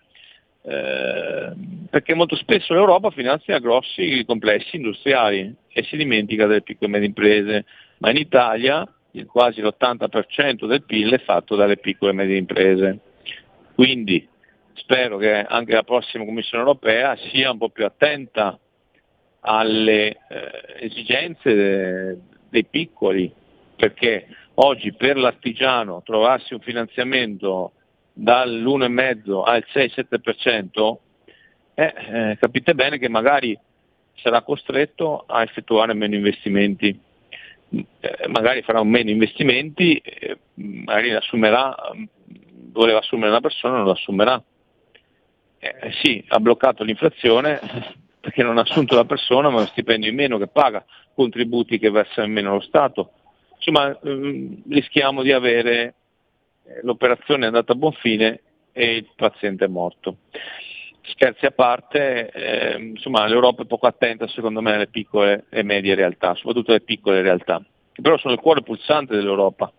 eh, perché molto spesso l'Europa finanzia grossi complessi industriali e si dimentica delle piccole e medie imprese, ma in Italia quasi l'ottanta per cento del P I L è fatto dalle piccole e medie imprese. Quindi spero che anche la prossima Commissione Europea sia un po' più attenta alle eh, esigenze de, dei piccoli, perché oggi per l'artigiano trovarsi un finanziamento dall'uno virgola cinque al sei sette per cento, eh, eh, capite bene che magari sarà costretto a effettuare meno investimenti. Eh, magari farà un meno investimenti, eh, magari assumerà, voleva assumere una persona, non lo assumerà. Eh, sì, ha bloccato l'inflazione perché non ha assunto la persona, ma lo stipendio in meno che paga, contributi che versa in meno lo Stato. Insomma, ehm, rischiamo di avere eh, l'operazione è andata a buon fine e il paziente è morto. Scherzi a parte, eh, insomma, l'Europa è poco attenta secondo me alle piccole e medie realtà, soprattutto alle piccole realtà, che però sono il cuore pulsante dell'Europa.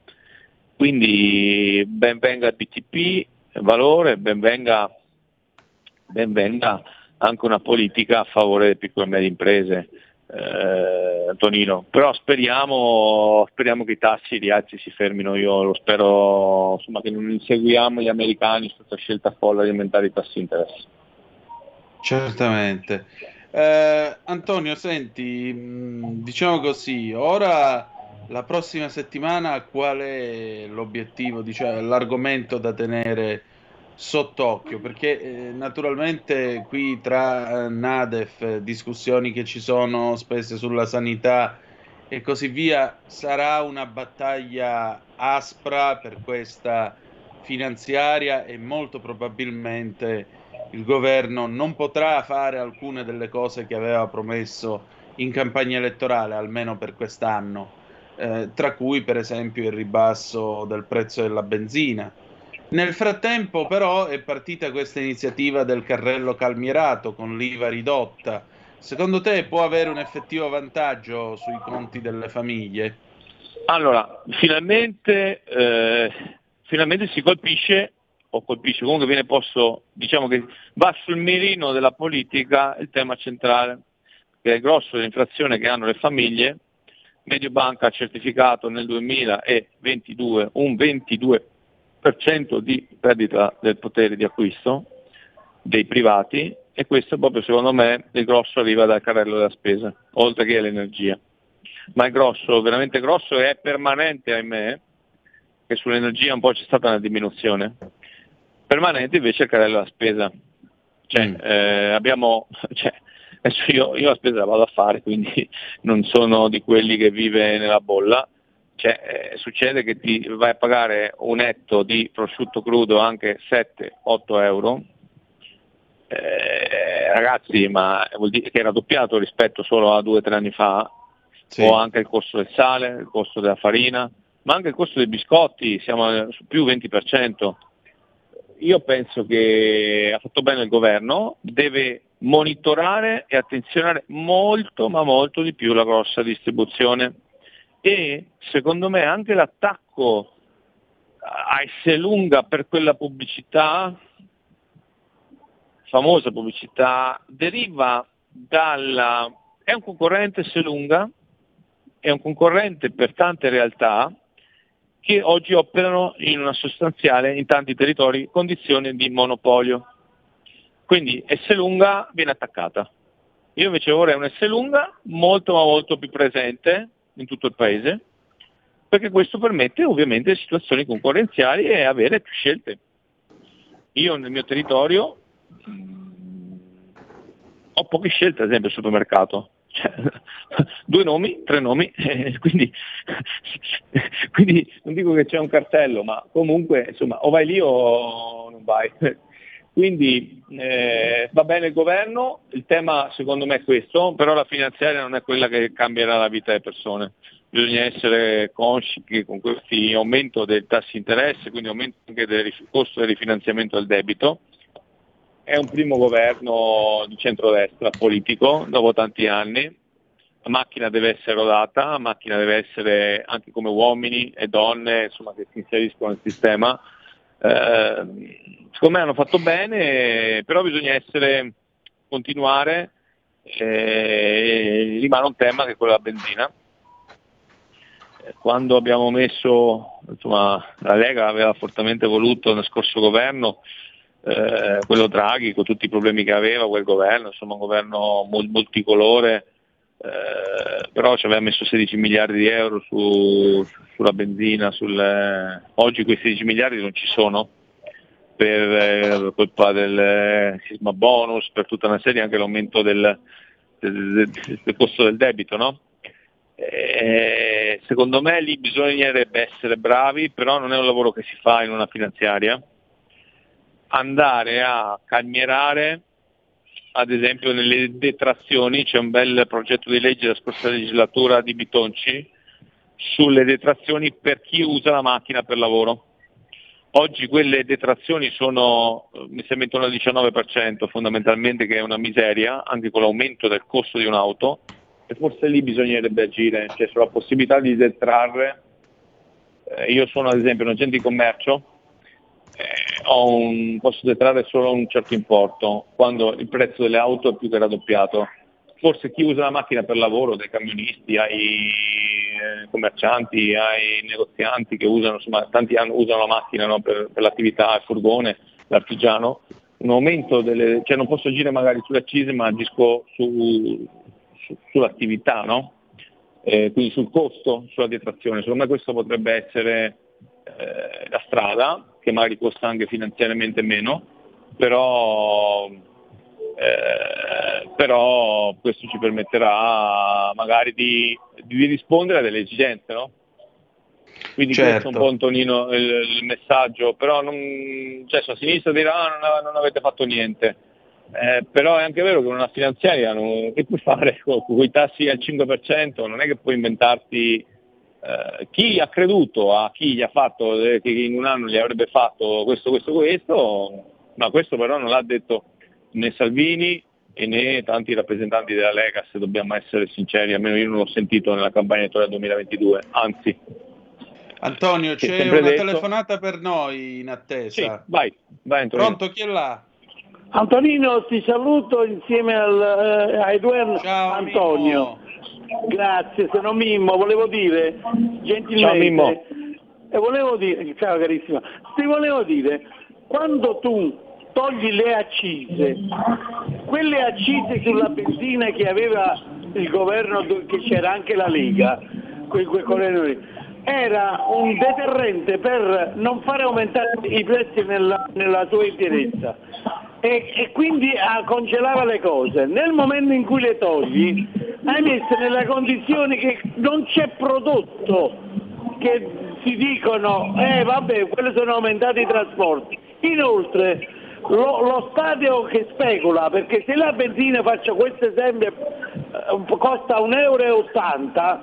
Quindi ben venga il B T P, valore, ben venga, ben venga anche una politica a favore delle piccole e medie imprese, eh, Antonino. Però speriamo, speriamo che i tassi rialzi si fermino, io lo spero, insomma, che non inseguiamo gli americani su questa scelta folle di aumentare i tassi di interesse. Certamente. Eh, Antonio, senti, mh, diciamo così, ora la prossima settimana qual è l'obiettivo, diciamo, l'argomento da tenere sott'occhio? Perché eh, naturalmente qui tra eh, Nadef, eh, discussioni che ci sono spesse sulla sanità e così via, sarà una battaglia aspra per questa finanziaria e molto probabilmente il governo non potrà fare alcune delle cose che aveva promesso in campagna elettorale, almeno per quest'anno, eh, tra cui per esempio il ribasso del prezzo della benzina. Nel frattempo però è partita questa iniziativa del carrello calmierato con l'I V A ridotta. Secondo te può avere un effettivo vantaggio sui conti delle famiglie? Allora, finalmente, eh, finalmente si colpisce, o colpisce, comunque viene posto, diciamo che va sul mirino della politica il tema centrale, che è il grosso dell'inflazione che hanno le famiglie. Mediobanca ha certificato nel duemilaventidue un ventidue per cento di perdita del potere di acquisto dei privati, e questo proprio secondo me il grosso arriva dal carrello della spesa, oltre che all'energia. Ma il grosso, veramente grosso, e è permanente, ahimè, che sull'energia un po' c'è stata una diminuzione. Permanente invece il carrello della spesa. Cioè, mm. eh, abbiamo, cioè, adesso io, io la spesa la vado a fare, quindi non sono di quelli che vive nella bolla. Cioè, eh, succede che ti vai a pagare un etto di prosciutto crudo anche sette otto euro, eh, ragazzi, ma vuol dire che è raddoppiato rispetto solo a due o tre anni fa. Sì. O anche il costo del sale, il costo della farina, ma anche il costo dei biscotti, siamo su più venti per cento. Io penso che ha fatto bene il governo, deve monitorare e attenzionare molto, ma molto di più la grossa distribuzione. E secondo me anche l'attacco a Esselunga per quella pubblicità, famosa pubblicità, deriva dalla... è un concorrente Esselunga, è un concorrente per tante realtà che oggi operano in una sostanziale, in tanti territori, condizione di monopolio. Quindi Esselunga viene attaccata. Io invece vorrei un Esselunga molto ma molto più presente in tutto il paese, perché questo permette ovviamente situazioni concorrenziali e avere più scelte. Io nel mio territorio mh, ho poche scelte, ad esempio al supermercato. Cioè, due nomi, tre nomi, eh, quindi, quindi non dico che c'è un cartello, ma comunque insomma o vai lì o non vai. Quindi eh, va bene il governo, il tema secondo me è questo, però la finanziaria non è quella che cambierà la vita delle persone. Bisogna essere consci che con questo aumento dei tassi di interesse, quindi aumento anche del costo del rifinanziamento del debito, è un primo governo di centrodestra politico dopo tanti anni, la macchina deve essere rodata, la macchina deve essere anche come uomini e donne, insomma, che si inseriscono nel sistema. Eh, secondo me hanno fatto bene, però bisogna essere, continuare, eh, rimane un tema che è quello della benzina. Quando abbiamo messo, insomma, la Lega aveva fortemente voluto nel scorso governo, Eh, quello Draghi con tutti i problemi che aveva quel governo, insomma un governo multicolore, eh, però ci aveva messo sedici miliardi di euro su, sulla benzina, sul, eh, oggi quei sedici miliardi non ci sono, per eh, colpa del eh, sisma bonus, per tutta una serie, anche l'aumento del, del, del, del costo del debito, no? Eh, secondo me lì bisognerebbe essere bravi, però non è un lavoro che si fa in una finanziaria, andare a calmierare, ad esempio nelle detrazioni. C'è un bel progetto di legge della scorsa legislatura di Bitonci sulle detrazioni per chi usa la macchina per lavoro. Oggi quelle detrazioni sono, mi sembra intorno al diciannove per cento fondamentalmente, che è una miseria, anche con l'aumento del costo di un'auto, e forse lì bisognerebbe agire, cioè sulla possibilità di detrarre. Eh, io sono ad esempio un agente di commercio, eh, ho un, posso detrarre solo un certo importo, quando il prezzo delle auto è più che raddoppiato. Forse chi usa la macchina per lavoro, dai camionisti ai commercianti, ai negozianti che usano, insomma, tanti hanno, usano la macchina, no, per, per l'attività, il furgone, l'artigiano, un aumento delle, cioè non posso agire magari sulle accise, ma agisco su, su, sull'attività, no? Eh, quindi sul costo, sulla detrazione. Secondo me questo potrebbe essere eh, la strada, che magari costa anche finanziariamente meno, però Eh, però questo ci permetterà magari di, di rispondere a delle esigenze, no? Quindi certo. Questo è un po', Antonino, il, il messaggio, però non, cioè, a sinistra dirà ah, non, non avete fatto niente, eh, però è anche vero che una finanziaria non, che puoi fare con, con i tassi al cinque per cento, non è che puoi inventarti, eh, chi ha creduto a chi gli ha fatto, eh, che in un anno gli avrebbe fatto questo, questo, questo, ma questo però non l'ha detto né Salvini e né tanti rappresentanti della Lega, se dobbiamo essere sinceri, almeno io non l'ho sentito nella campagna elettorale duemilaventidue, anzi. Antonio, c'è una detto... telefonata per noi in attesa. Sì, vai, vai Antonio. Pronto, chi è là? Antonino, ti saluto insieme al, eh, a Edward. Ciao, Antonio. Mimmo. Grazie, sono Mimmo, volevo dire gentilmente. Ciao Mimmo. E volevo dire, ciao carissima, ti volevo dire, quando tu togli le accise, quelle accise sulla benzina che aveva il governo, che c'era anche la Lega, quel, quel, era un deterrente per non fare aumentare i prezzi nella, nella sua interezza e, e quindi ah, congelava le cose. Nel momento in cui le togli hai messo nelle condizioni che non c'è prodotto, che si dicono eh vabbè, quelli sono aumentati i trasporti. Inoltre Lo, lo Stato che specula, perché se la benzina, faccio questo esempio, eh, costa un euro e ottanta,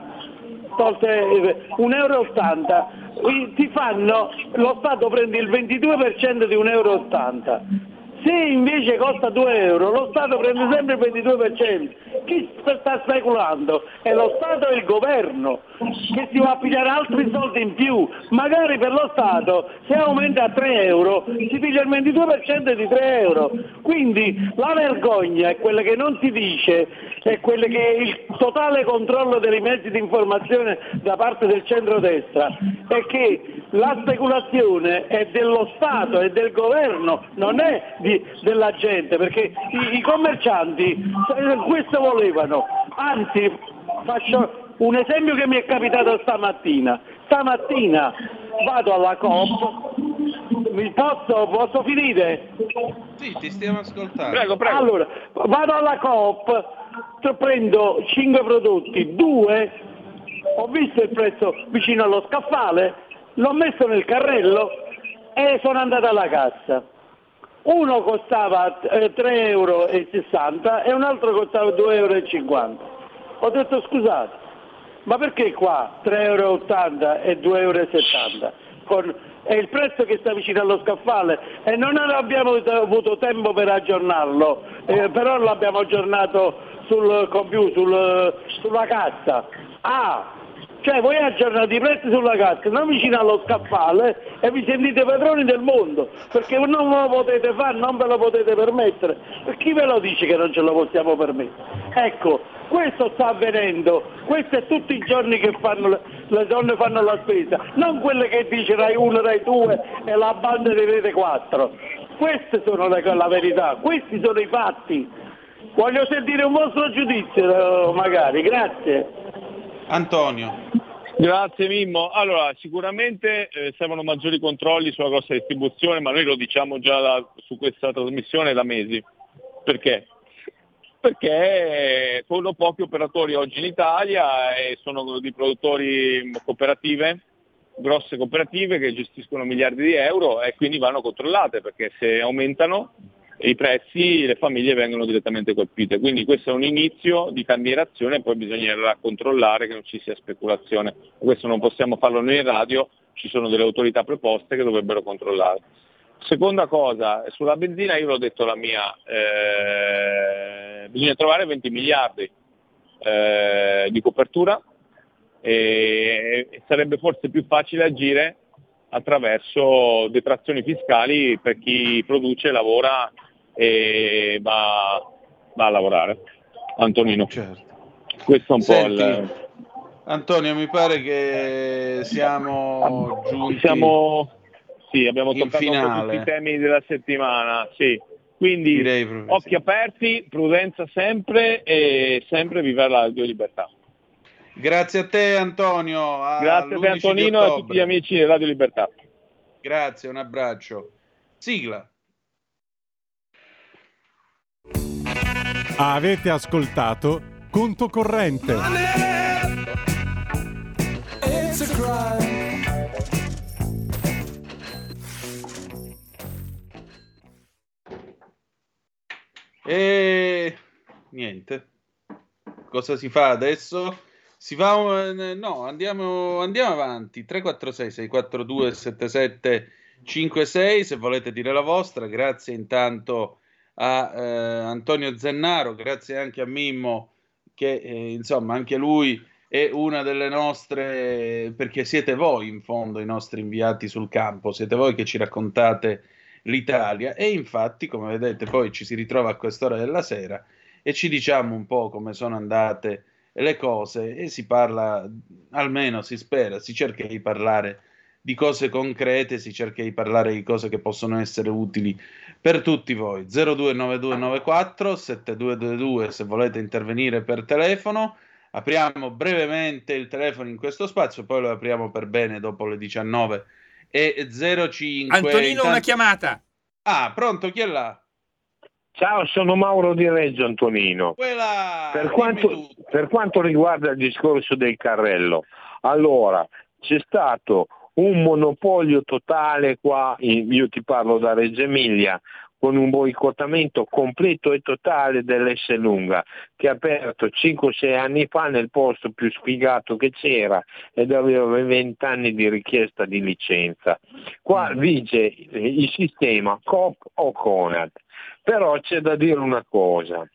un euro e ottanta, ti fanno, lo Stato prende il ventidue per cento di un euro e ottanta. Se invece costa due euro, lo Stato prende sempre il ventidue per cento. Chi sta speculando? È lo Stato e il governo, che si va a pigliare altri soldi in più. Magari per lo Stato, se aumenta a tre euro, si piglia il ventidue per cento di tre euro. Quindi la vergogna è quella che non si dice, è quella che il totale controllo dei mezzi di informazione da parte del centrodestra, è che la speculazione è dello Stato e del governo, non è di della gente, perché i, i commercianti questo volevano. Anzi, faccio un esempio che mi è capitato stamattina. Stamattina vado alla Coop, mi posso, posso finire? Sì, ti stiamo ascoltando. Prego, prego. Allora, vado alla Coop, prendo cinque prodotti, due, ho visto il prezzo vicino allo scaffale, l'ho messo nel carrello e sono andato alla cassa. Uno costava eh, tre euro e sessanta e un altro costava due euro e cinquanta. Ho detto scusate, ma perché qua tre euro e ottanta e due euro e settanta? Con, è il prezzo che sta vicino allo scaffale e non abbiamo avuto tempo per aggiornarlo, eh, però l'abbiamo aggiornato sul computer, sul, sulla cassa. Ah! Cioè voi aggiornate i prezzi sulla cassa, non vicino allo scaffale, e vi sentite padroni del mondo, perché non lo potete fare, non ve lo potete permettere. E chi ve lo dice che non ce lo possiamo permettere? Ecco, questo sta avvenendo, questo è tutti i giorni che fanno le, le donne fanno la spesa, non quelle che dice Rai uno, Rai due e la banda di Rete quattro. Queste sono le, la verità, questi sono i fatti. Voglio sentire un vostro giudizio, magari, grazie. Antonio. Grazie Mimmo. Allora, sicuramente eh, servono maggiori controlli sulla grossa distribuzione, ma noi lo diciamo già da, su questa trasmissione da mesi. Perché? Perché sono pochi operatori oggi in Italia e sono di produttori cooperative, grosse cooperative che gestiscono miliardi di euro e quindi vanno controllate, perché se aumentano i prezzi le famiglie vengono direttamente colpite. Quindi questo è un inizio di cambierazione e poi bisognerà controllare che non ci sia speculazione. Questo non possiamo farlo noi in radio, ci sono delle autorità preposte che dovrebbero controllare. Seconda cosa, sulla benzina io l'ho detto la mia, eh, bisogna trovare venti miliardi eh, di copertura e, e sarebbe forse più facile agire attraverso detrazioni fiscali per chi produce, lavora e va, va a lavorare. Antonino, certo. Questo è un Senti, po' il... Antonio, mi pare che siamo giunti Siamo... Sì, abbiamo in toccato un po' tutti finale. i temi della settimana, sì. Quindi Direi proprio occhi sì. aperti, prudenza sempre e sempre viva la Radio Libertà. Grazie a te Antonio, Grazie a te Antonino e a tutti gli amici di Radio Libertà. Grazie, un abbraccio. Sigla. Avete ascoltato Conto Corrente. It's a crime. E niente. Cosa si fa adesso? Si va eh, no, andiamo, andiamo avanti. tre quattro sei sei quattro due sette sette cinque sei se volete dire la vostra. Grazie intanto a eh, Antonio Zennaro, grazie anche a Mimmo che eh, insomma anche lui è una delle nostre, perché siete voi in fondo i nostri inviati sul campo, siete voi che ci raccontate l'Italia e infatti come vedete poi ci si ritrova a quest'ora della sera e ci diciamo un po' come sono andate le cose e si parla, almeno si spera, si cerca di parlare di cose concrete, si cerca di parlare di cose che possono essere utili per tutti voi. zero due nove due nove quattro sette due due due se volete intervenire per telefono. Apriamo brevemente il telefono in questo spazio, poi lo apriamo per bene dopo le diciannove e zero cinque. Antonino, Intanto... una chiamata. Ah, pronto, chi è là? Ciao, sono Mauro di Reggio, Antonino. Quella... Per quanto, per quanto riguarda il discorso del carrello, allora c'è stato un monopolio totale qua, in, io ti parlo da Reggio Emilia, con un boicottamento completo e totale dell'Esselunga, che ha aperto cinque sei anni fa nel posto più sfigato che c'era ed aveva venti anni di richiesta di licenza. Qua vige il sistema Coop o Conad, però c'è da dire una cosa,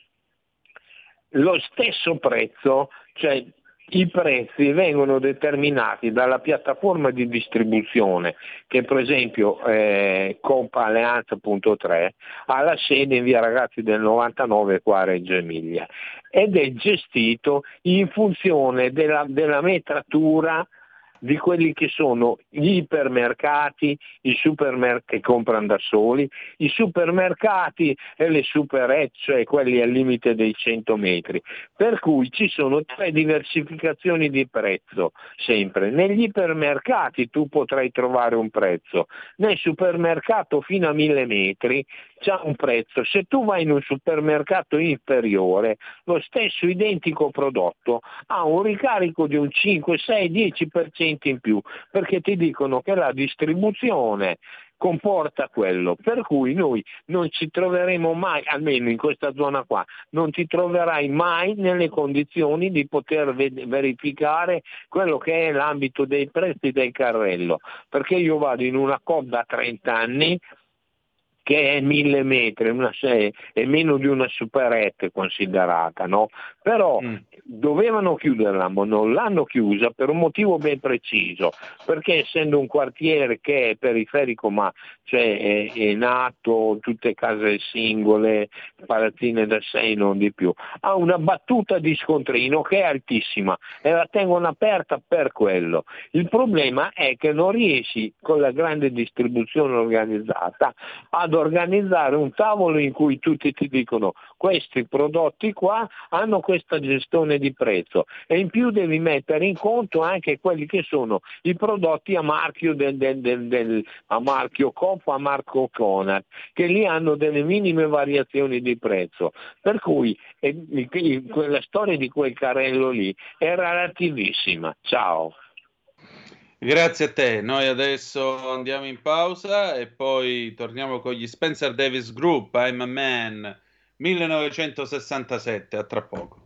lo stesso prezzo, cioè i prezzi vengono determinati dalla piattaforma di distribuzione che per esempio eh, Coop Alleanza punto tre ha la sede in via Ragazzi del novantanove qua a Reggio Emilia ed è gestito in funzione della, della metratura di quelli che sono gli ipermercati, i supermercati che comprano da soli, i supermercati e le superette, cioè quelli al limite dei cento metri. Per cui ci sono tre diversificazioni di prezzo sempre. Negli ipermercati tu potrai trovare un prezzo, nel supermercato fino a mille metri c'è un prezzo. Se tu vai in un supermercato inferiore, lo stesso identico prodotto ha un ricarico di un cinque, sei, dieci per cento in più, perché ti dicono che la distribuzione comporta quello, per cui noi non ci troveremo mai, almeno in questa zona qua, non ti troverai mai nelle condizioni di poter ved- verificare quello che è l'ambito dei prezzi del carrello, perché io vado in una Coop da trenta anni che è mille metri, una, è meno di una superette considerata, no? Però mm. dovevano chiuderla, ma non l'hanno chiusa per un motivo ben preciso, perché essendo un quartiere che è periferico, ma cioè è, è nato, tutte case singole, palazzine da sei, non di più, ha una battuta di scontrino che è altissima e la tengono aperta per quello. Il problema è che non riesci con la grande distribuzione organizzata ad organizzare un tavolo in cui tutti ti dicono questi prodotti qua hanno questa gestione di prezzo, e in più devi mettere in conto anche quelli che sono i prodotti a marchio del, del, del, del a marchio Coop, a marchio Conad, che lì hanno delle minime variazioni di prezzo, per cui e, e, quella storia di quel carrello lì è relativissima. Ciao. Grazie a te, noi adesso andiamo in pausa e poi torniamo con gli Spencer Davis Group, I'm a Man, millenovecentosessantasette, a tra poco.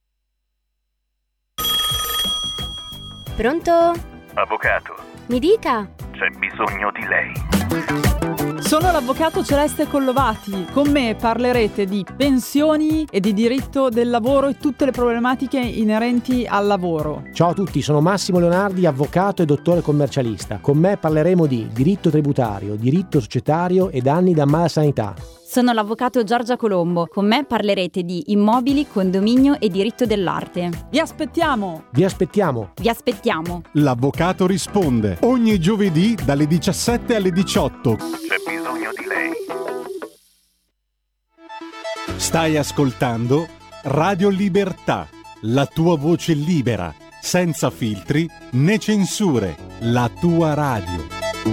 Pronto? Avvocato, Mi dica. c'è bisogno di lei. Sono l'avvocato Celeste Collovati. Con me parlerete di pensioni e di diritto del lavoro e tutte le problematiche inerenti al lavoro. Ciao a tutti, sono Massimo Leonardi, avvocato e dottore commercialista. Con me parleremo di diritto tributario, diritto societario e danni da malasanità. Sono l'avvocato Giorgia Colombo. Con me parlerete di immobili, condominio e diritto dell'arte. Vi aspettiamo! Vi aspettiamo! Vi aspettiamo! L'avvocato risponde ogni giovedì dalle diciassette alle diciotto. C'è bisogno di lei. Stai ascoltando Radio Libertà, la tua voce libera, senza filtri né censure, la tua radio.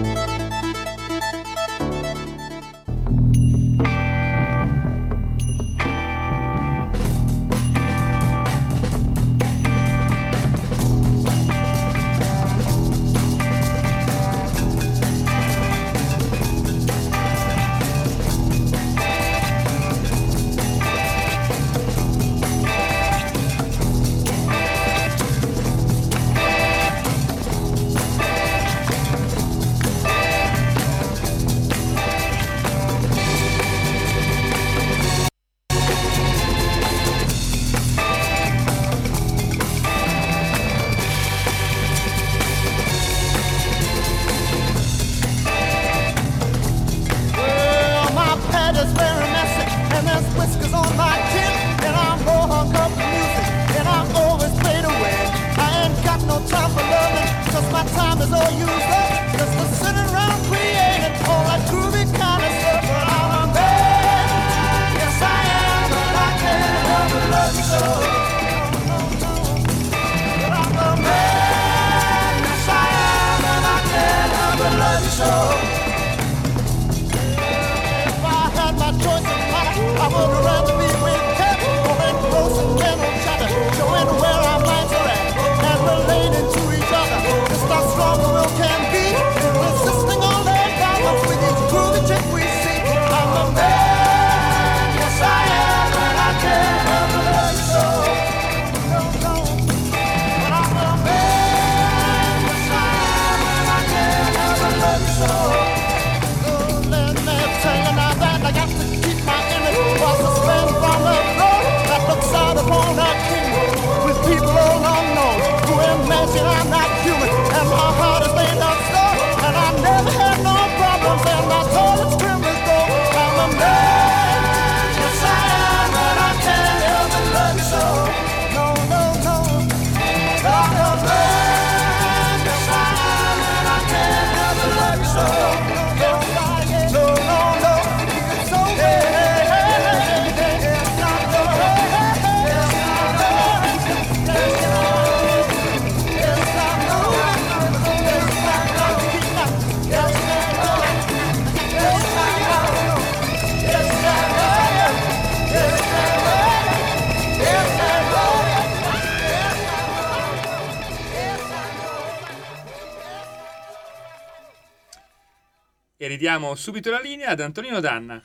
E ridiamo subito la linea ad Antonino Danna.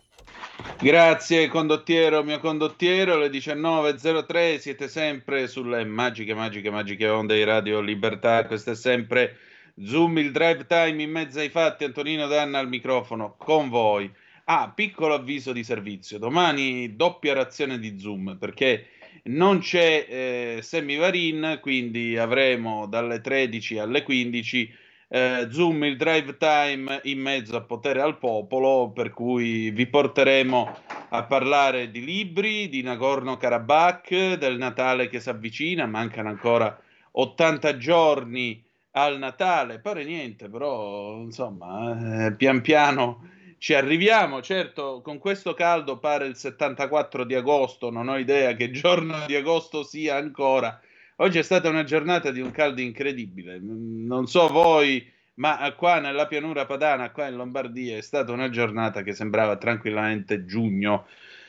Grazie condottiero, mio condottiero, le diciannove e zero tre, siete sempre sulle magiche, magiche, magiche onde di Radio Libertà. Questo è sempre Zoom, il drive time in mezzo ai fatti. Antonino Danna al microfono con voi. Ah, piccolo avviso di servizio, domani doppia razione di Zoom, perché non c'è eh, Semivarin, quindi avremo dalle tredici alle quindici Eh, Zoom, il drive time in mezzo a Potere al Popolo, per cui vi porteremo a parlare di libri, di Nagorno-Karabakh, del Natale che si avvicina, mancano ancora ottanta giorni al Natale, pare niente, però insomma eh, pian piano ci arriviamo. Certo, con questo caldo pare il settantaquattro di agosto, non ho idea che giorno di agosto sia ancora. Oggi è stata una giornata di un caldo incredibile, non so voi, ma qua nella pianura padana, qua in Lombardia, è stata una giornata che sembrava tranquillamente giugno.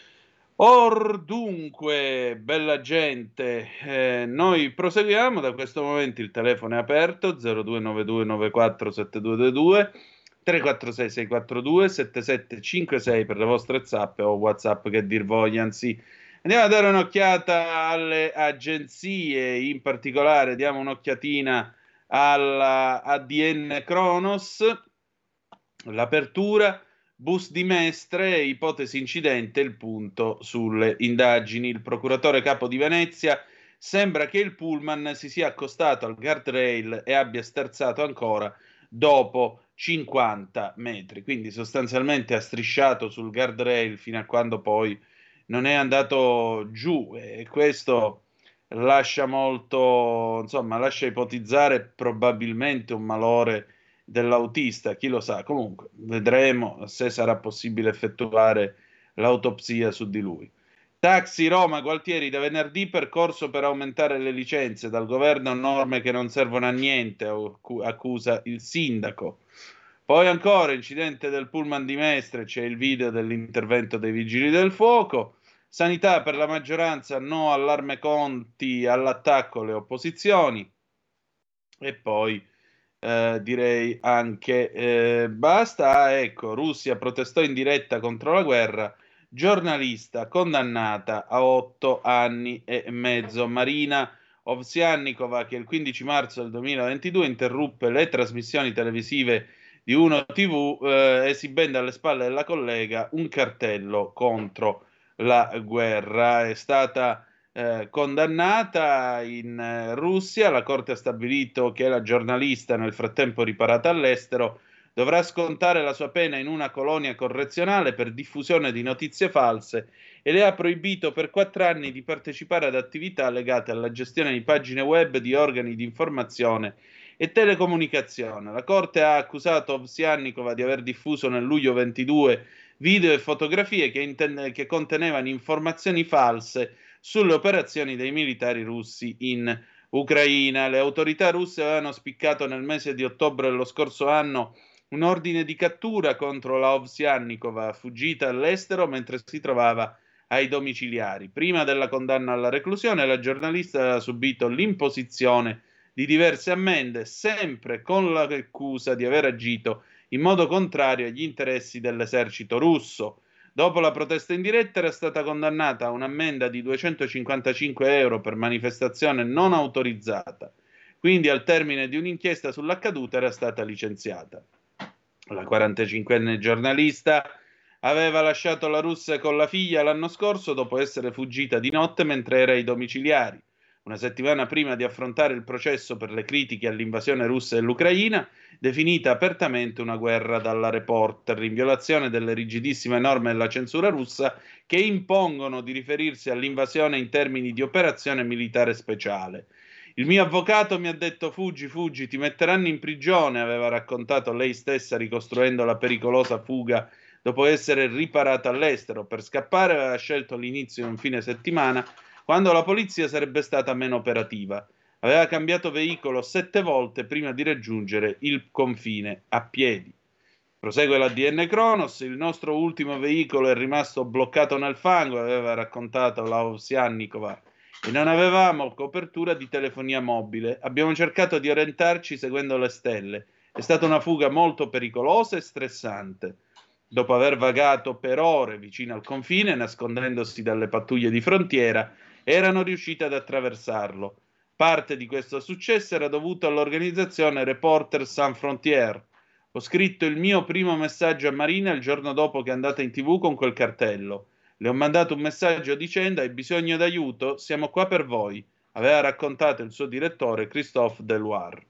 Or dunque, bella gente, eh, noi proseguiamo. Da questo momento il telefono è aperto, zero due nove due nove quattro sette due due due, tre quattro sei sei quattro due sette sette cinque sei per le vostre zap o WhatsApp che dir vogliansi. Andiamo a dare un'occhiata alle agenzie, in particolare diamo un'occhiatina alla A D N Cronos, l'apertura. Bus di Mestre, ipotesi incidente, il punto sulle indagini. Il procuratore capo di Venezia: sembra che il pullman si sia accostato al guardrail e abbia sterzato ancora dopo cinquanta metri, quindi sostanzialmente ha strisciato sul guardrail fino a quando poi non è andato giù, e questo lascia molto, insomma, lascia ipotizzare probabilmente un malore dell'autista, chi lo sa. Comunque vedremo se sarà possibile effettuare l'autopsia su di lui. Taxi Roma, Gualtieri, da venerdì percorso per aumentare le licenze, dal governo norme che non servono a niente, accusa il sindaco. Poi ancora incidente del pullman di Mestre, c'è il video dell'intervento dei vigili del fuoco. Sanità, per la maggioranza no allarme Conti, all'attacco alle opposizioni. E poi Eh, direi anche eh, basta. Ecco, Russia protestò in diretta contro la guerra, giornalista condannata a otto anni e mezzo. Marina Ovsyannikova, che il quindici marzo del duemilaventidue interruppe le trasmissioni televisive di Uno tivù eh, esibendo alle spalle della collega un cartello contro la guerra. È stata Eh, condannata in eh, Russia. La Corte ha stabilito che la giornalista, nel frattempo riparata all'estero, dovrà scontare la sua pena in una colonia correzionale per diffusione di notizie false e le ha proibito per quattro anni di partecipare ad attività legate alla gestione di pagine web di organi di informazione e telecomunicazione. La Corte ha accusato Ovsyannikova di aver diffuso nel luglio ventidue video e fotografie che, inten- che contenevano informazioni false sulle operazioni dei militari russi in Ucraina. Le autorità russe avevano spiccato nel mese di ottobre dello scorso anno un ordine di cattura contro la Ovsyannikova, fuggita all'estero mentre si trovava ai domiciliari. Prima della condanna alla reclusione, la giornalista aveva subito l'imposizione di diverse ammende, sempre con l'accusa di aver agito in modo contrario agli interessi dell'esercito russo. Dopo la protesta in diretta era stata condannata a un'ammenda di duecentocinquantacinque euro per manifestazione non autorizzata. Quindi al termine di un'inchiesta sull'accaduto era stata licenziata. La quarantacinquenne giornalista aveva lasciato la Russia con la figlia l'anno scorso dopo essere fuggita di notte mentre era ai domiciliari. Una settimana prima di affrontare il processo per le critiche all'invasione russa dell'Ucraina, definita apertamente una guerra dalla Reporter, in violazione delle rigidissime norme della censura russa che impongono di riferirsi all'invasione in termini di operazione militare speciale. Il mio avvocato mi ha detto: fuggi, fuggi, ti metteranno in prigione, aveva raccontato lei stessa ricostruendo la pericolosa fuga dopo essere riparata all'estero. Per scappare aveva scelto l'inizio di un fine settimana, quando la polizia sarebbe stata meno operativa. Aveva cambiato veicolo sette volte prima di raggiungere il confine a piedi. Prosegue l'A D N Cronos: il nostro ultimo veicolo è rimasto bloccato nel fango, aveva raccontato la Ovsyannikova, e non avevamo copertura di telefonia mobile. Abbiamo cercato di orientarci seguendo le stelle. È stata una fuga molto pericolosa e stressante. Dopo aver vagato per ore vicino al confine, nascondendosi dalle pattuglie di frontiera, erano riusciti ad attraversarlo. Parte di questo successo era dovuto all'organizzazione Reporter Sans Frontières. Ho scritto il mio primo messaggio a Marina il giorno dopo che è andata in tivù con quel cartello. Le ho mandato un messaggio dicendo: hai bisogno d'aiuto? Siamo qua per voi, aveva raccontato il suo direttore Christophe Deloire.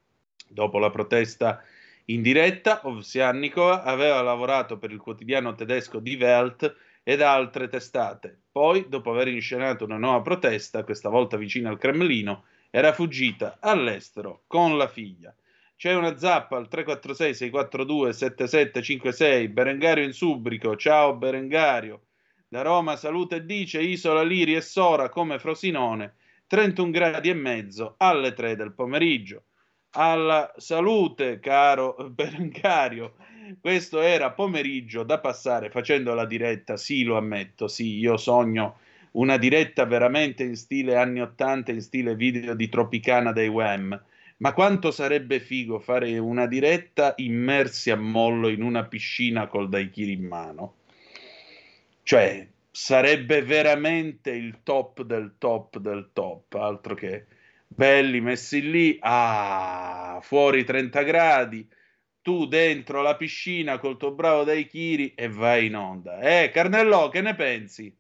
Dopo la protesta in diretta, Ovsyannikova aveva lavorato per il quotidiano tedesco Die Welt ed altre testate. Poi, dopo aver inscenato una nuova protesta, questa volta vicino al Cremlino, era fuggita all'estero con la figlia. C'è una zappa al tre quattro sei sei quattro due sette sette cinque sei. Berengario in Subrico, ciao Berengario. Da Roma saluta e dice: Isola Liri e Sora come Frosinone, trentuno gradi e mezzo alle tre del pomeriggio. Alla salute, caro Berengario. Questo era pomeriggio da passare facendo la diretta, sì, lo ammetto, sì, io sogno una diretta veramente in stile anni ottanta, in stile video di Tropicana dei Wham. Ma quanto sarebbe figo fare una diretta immersi a mollo in una piscina col daiquiri in mano. Cioè, sarebbe veramente il top del top del top, altro che belli messi lì, ah, fuori trenta gradi, tu dentro la piscina col tuo bravo daiquiri e vai in onda. Eh, Carnellò, che ne pensi?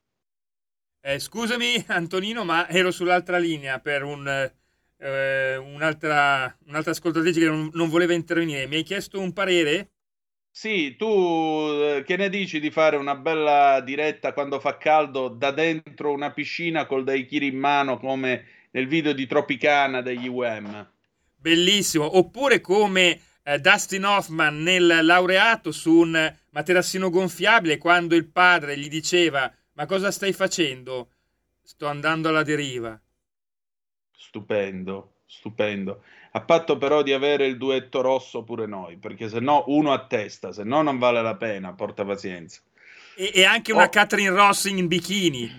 Eh, scusami Antonino, ma ero sull'altra linea per un, eh, un'altra, un'altra ascoltatrice che non, non voleva intervenire. Mi hai chiesto un parere? Sì, tu eh, che ne dici di fare una bella diretta quando fa caldo da dentro una piscina col daiquiri in mano come nel video di Tropicana degli Wham? Bellissimo. Oppure come eh, Dustin Hoffman nel Laureato su un materassino gonfiabile, quando il padre gli diceva: ma cosa stai facendo? Sto andando alla deriva. Stupendo, stupendo. A patto però di avere il duetto rosso pure noi, perché se no uno a testa, se no non vale la pena, porta pazienza. E, e anche una Oh. Catherine Ross in bikini.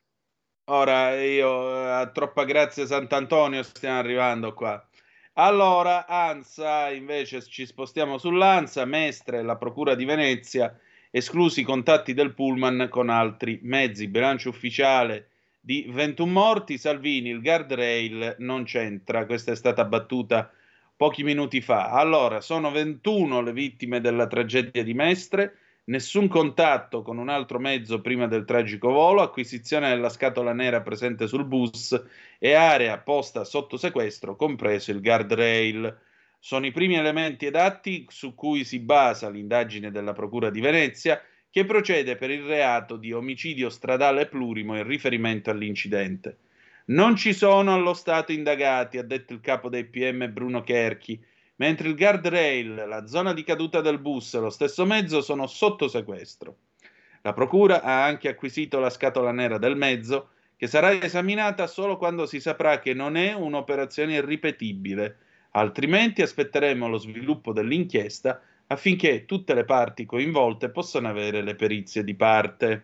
Ora io a troppa grazia Sant'Antonio stiamo arrivando qua. Allora, ANSA, invece ci spostiamo sull'ANSA, Mestre, la Procura di Venezia, esclusi i contatti del pullman con altri mezzi, bilancio ufficiale di ventuno morti, Salvini, il guardrail non c'entra, questa è stata battuta pochi minuti fa. Allora, sono ventuno le vittime della tragedia di Mestre, nessun contatto con un altro mezzo prima del tragico volo, acquisizione della scatola nera presente sul bus e area posta sotto sequestro, compreso il guardrail. Sono i primi elementi ed atti su cui si basa l'indagine della Procura di Venezia, che procede per il reato di omicidio stradale plurimo in riferimento all'incidente. Non ci sono allo Stato indagati, ha detto il capo dei P M Bruno Cherchi, mentre il guardrail, la zona di caduta del bus e lo stesso mezzo sono sotto sequestro. La Procura ha anche acquisito la scatola nera del mezzo, che sarà esaminata solo quando si saprà che non è un'operazione irripetibile, altrimenti aspetteremo lo sviluppo dell'inchiesta affinché tutte le parti coinvolte possano avere le perizie di parte.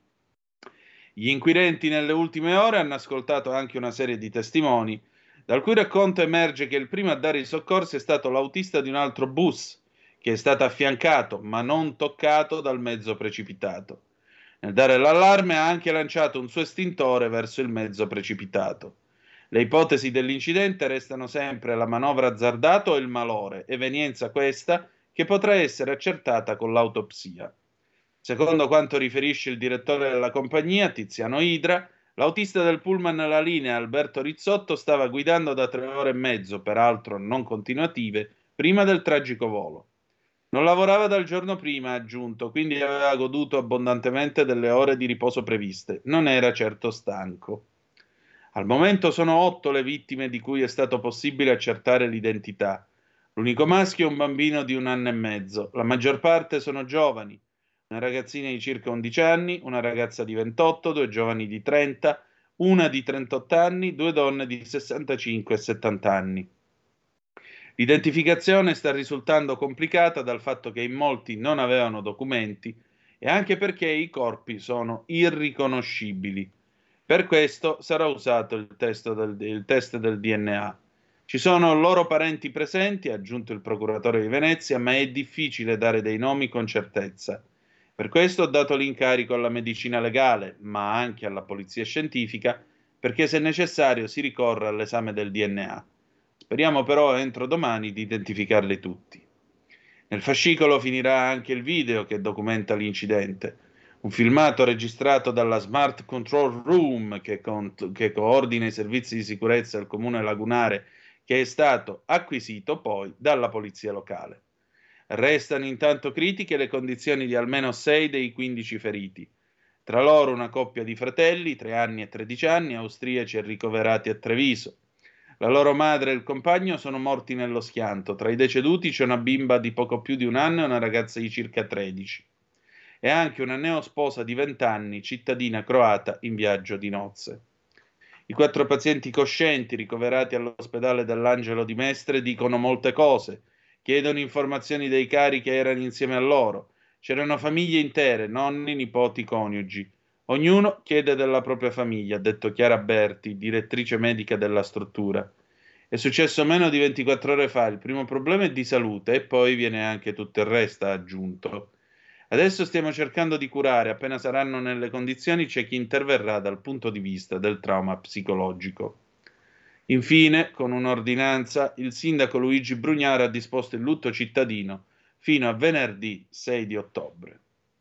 Gli inquirenti nelle ultime ore hanno ascoltato anche una serie di testimoni, dal cui racconto emerge che il primo a dare i soccorsi è stato l'autista di un altro bus, che è stato affiancato ma non toccato dal mezzo precipitato. Nel dare l'allarme ha anche lanciato un suo estintore verso il mezzo precipitato. Le ipotesi dell'incidente restano sempre la manovra azzardata o il malore, evenienza questa che potrà essere accertata con l'autopsia. Secondo quanto riferisce il direttore della compagnia, Tiziano Idra, l'autista del pullman alla linea, Alberto Rizzotto, stava guidando da tre ore e mezzo, peraltro non continuative, prima del tragico volo. Non lavorava dal giorno prima, ha aggiunto, quindi aveva goduto abbondantemente delle ore di riposo previste. Non era certo stanco. Al momento sono otto le vittime di cui è stato possibile accertare l'identità. L'unico maschio è un bambino di un anno e mezzo. La maggior parte sono giovani. Una ragazzina di circa undici anni, una ragazza di ventotto, due giovani di trenta, una di trentotto anni, due donne di sessantacinque e settanta anni. L'identificazione sta risultando complicata dal fatto che in molti non avevano documenti e anche perché i corpi sono irriconoscibili. Per questo sarà usato il test del, il test del D N A. Ci sono loro parenti presenti, ha aggiunto il procuratore di Venezia, ma è difficile dare dei nomi con certezza. Per questo ho dato l'incarico alla medicina legale, ma anche alla polizia scientifica, perché se necessario si ricorra all'esame del D N A. Speriamo però entro domani di identificarli tutti. Nel fascicolo finirà anche il video che documenta l'incidente. Un filmato registrato dalla Smart Control Room che, cont- che coordina i servizi di sicurezza del comune lagunare, che è stato acquisito poi dalla polizia locale. Restano intanto critiche le condizioni di almeno sei dei quindici feriti. Tra loro una coppia di fratelli, tre anni e tredici anni, austriaci e ricoverati a Treviso. La loro madre e il compagno sono morti nello schianto. Tra i deceduti c'è una bimba di poco più di un anno e una ragazza di circa tredici. E anche una neosposa di venti anni, cittadina croata, in viaggio di nozze. I quattro pazienti coscienti ricoverati all'ospedale dell'Angelo di Mestre dicono molte cose, chiedono informazioni dei cari che erano insieme a loro. C'erano famiglie intere, nonni, nipoti, coniugi. Ognuno chiede della propria famiglia, ha detto Chiara Berti, direttrice medica della struttura. È successo meno di ventiquattro ore fa, il primo problema è di salute e poi viene anche tutto il resto, ha aggiunto. Adesso stiamo cercando di curare, appena saranno nelle condizioni c'è chi interverrà dal punto di vista del trauma psicologico. Infine, con un'ordinanza, il sindaco Luigi Brugnaro ha disposto il lutto cittadino fino a venerdì sei di ottobre.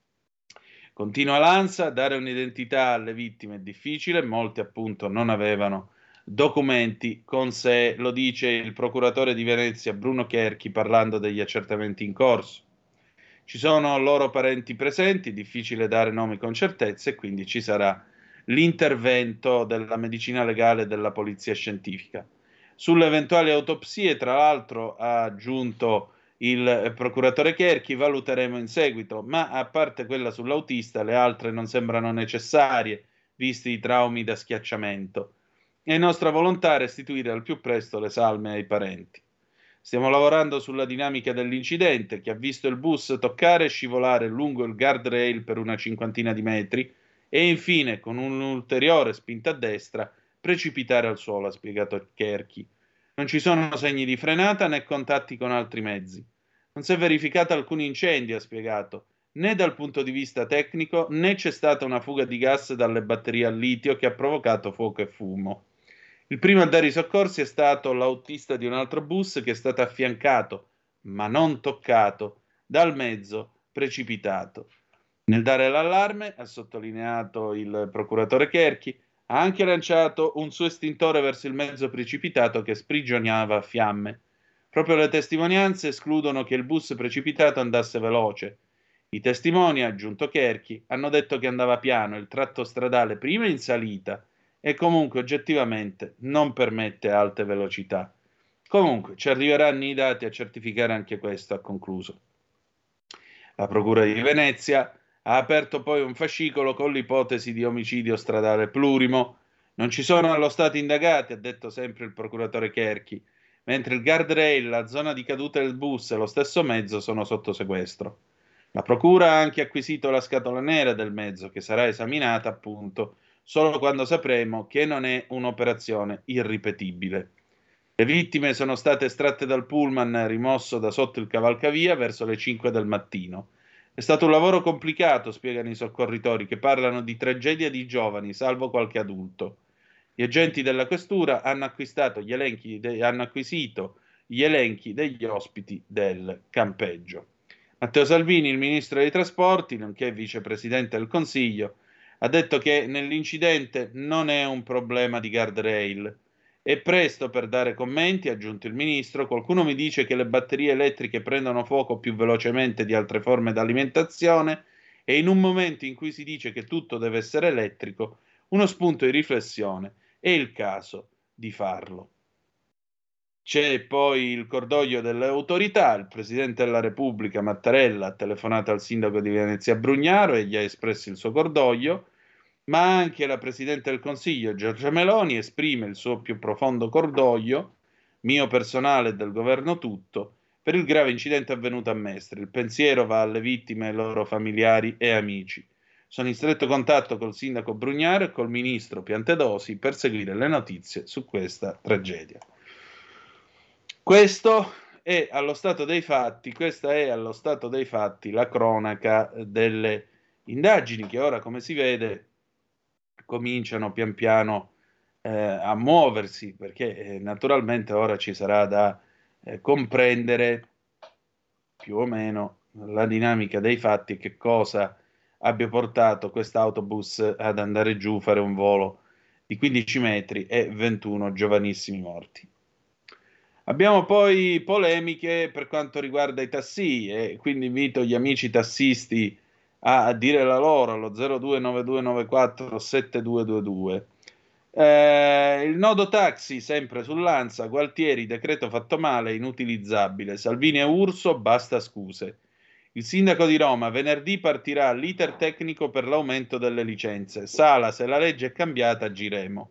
Continua l'ANSA, dare un'identità alle vittime è difficile, molti appunto non avevano documenti con sé, lo dice il procuratore di Venezia Bruno Cherchi parlando degli accertamenti in corso. Ci sono loro parenti presenti, difficile dare nomi con certezza e quindi ci sarà l'intervento della medicina legale e della polizia scientifica. Sulle eventuali autopsie, tra l'altro, ha aggiunto il procuratore Cherchi, valuteremo in seguito, ma a parte quella sull'autista, le altre non sembrano necessarie, visti i traumi da schiacciamento. È nostra volontà restituire al più presto le salme ai parenti. Stiamo lavorando sulla dinamica dell'incidente, che ha visto il bus toccare e scivolare lungo il guardrail per una cinquantina di metri e infine, con un'ulteriore spinta a destra, precipitare al suolo, ha spiegato Cherchi. Non ci sono segni di frenata né contatti con altri mezzi. Non si è verificato alcun incendio, ha spiegato, né dal punto di vista tecnico, né c'è stata una fuga di gas dalle batterie al litio che ha provocato fuoco e fumo. Il primo a dare i soccorsi è stato l'autista di un altro bus che è stato affiancato, ma non toccato, dal mezzo precipitato. Nel dare l'allarme, ha sottolineato il procuratore Cherchi, ha anche lanciato un suo estintore verso il mezzo precipitato che sprigionava fiamme. Proprio le testimonianze escludono che il bus precipitato andasse veloce. I testimoni, ha aggiunto Cherchi, hanno detto che andava piano, il tratto stradale prima in salita e comunque oggettivamente non permette alte velocità. Comunque ci arriveranno i dati a certificare anche questo, ha concluso. La Procura di Venezia ha aperto poi un fascicolo con l'ipotesi di omicidio stradale plurimo. Non ci sono allo Stato indagati, ha detto sempre il procuratore Cherchi, mentre il guardrail, la zona di caduta del bus e lo stesso mezzo sono sotto sequestro. La Procura ha anche acquisito la scatola nera del mezzo, che sarà esaminata appunto solo quando sapremo che non è un'operazione irripetibile. Le vittime sono state estratte dal pullman rimosso da sotto il cavalcavia verso le cinque del mattino. È stato un lavoro complicato, spiegano i soccorritori, che parlano di tragedia di giovani, salvo qualche adulto. Gli agenti della questura hanno, acquistato gli elenchi de- hanno acquisito gli elenchi degli ospiti del campeggio. Matteo Salvini, il ministro dei trasporti, nonché vicepresidente del Consiglio, ha detto che nell'incidente non è un problema di guardrail. È presto per dare commenti, ha aggiunto il ministro. Qualcuno mi dice che le batterie elettriche prendono fuoco più velocemente di altre forme di alimentazione e in un momento in cui si dice che tutto deve essere elettrico, uno spunto di riflessione è il caso di farlo. C'è poi il cordoglio delle autorità. Il Presidente della Repubblica Mattarella ha telefonato al sindaco di Venezia Brugnaro e gli ha espresso il suo cordoglio, ma anche la Presidente del Consiglio Giorgia Meloni esprime il suo più profondo cordoglio, mio personale e del governo tutto, per il grave incidente avvenuto a Mestre. Il pensiero va alle vittime e ai loro familiari e amici. Sono in stretto contatto col sindaco Brugnaro e col ministro Piantedosi per seguire le notizie su questa tragedia. Questo è allo stato dei fatti, questa è allo stato dei fatti la cronaca delle indagini che ora, come si vede, cominciano pian piano eh, a muoversi, perché eh, naturalmente ora ci sarà da eh, comprendere più o meno la dinamica dei fatti e che cosa abbia portato quest'autobus ad andare giù, fare un volo di quindici metri e ventuno giovanissimi morti. Abbiamo poi polemiche per quanto riguarda i tassi e quindi invito gli amici tassisti a dire la loro allo zero due nove due nove quattro sette due due due. Eh, il nodo taxi, sempre sull'Ansa, Gualtieri, decreto fatto male, inutilizzabile. Salvini e Urso, basta scuse. Il sindaco di Roma, venerdì partirà l'iter tecnico per l'aumento delle licenze. Sala, se la legge è cambiata, agiremo.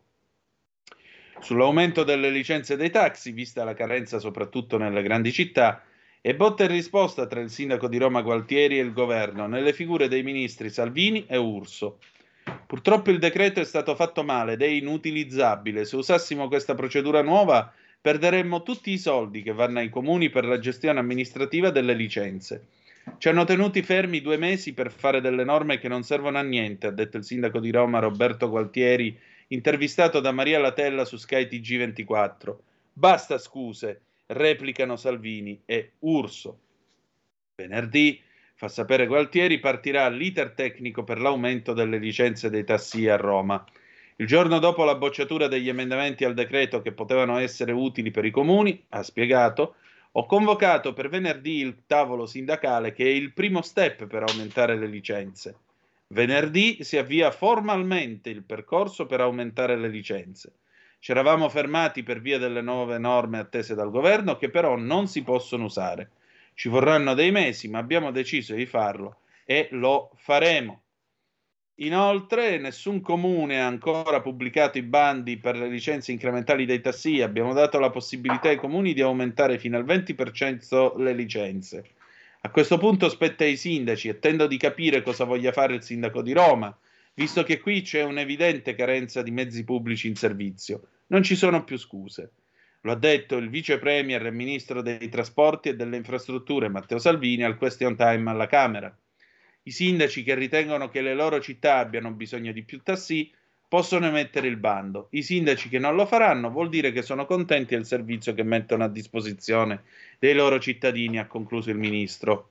Sull'aumento delle licenze dei taxi, vista la carenza soprattutto nelle grandi città, e botta e risposta tra il sindaco di Roma Gualtieri e il governo, nelle figure dei ministri Salvini e Urso. Purtroppo il decreto è stato fatto male ed è inutilizzabile. Se usassimo questa procedura nuova, perderemmo tutti i soldi che vanno ai comuni per la gestione amministrativa delle licenze. Ci hanno tenuti fermi due mesi per fare delle norme che non servono a niente, ha detto il sindaco di Roma Roberto Gualtieri, intervistato da Maria Latella su Sky T G ventiquattro. Basta scuse, replicano Salvini e Urso. Venerdì, fa sapere Gualtieri, partirà l'iter tecnico per l'aumento delle licenze dei tassi a Roma. Il giorno dopo la bocciatura degli emendamenti al decreto che potevano essere utili per i comuni, ha spiegato, ho convocato per venerdì il tavolo sindacale che è il primo step per aumentare le licenze. Venerdì si avvia formalmente il percorso per aumentare le licenze. Ci eravamo fermati per via delle nuove norme attese dal governo che però non si possono usare. Ci vorranno dei mesi, ma abbiamo deciso di farlo e lo faremo. Inoltre, nessun comune ha ancora pubblicato i bandi per le licenze incrementali dei tassi. Abbiamo dato la possibilità ai comuni di aumentare fino al venti per cento le licenze. A questo punto spetta ai sindaci e tendo di capire cosa voglia fare il sindaco di Roma, visto che qui c'è un'evidente carenza di mezzi pubblici in servizio. Non ci sono più scuse. Lo ha detto il vice premier e ministro dei trasporti e delle infrastrutture Matteo Salvini al question time alla Camera. I sindaci che ritengono che le loro città abbiano bisogno di più tassi possono emettere il bando. I sindaci che non lo faranno vuol dire che sono contenti del servizio che mettono a disposizione dei loro cittadini, ha concluso il ministro.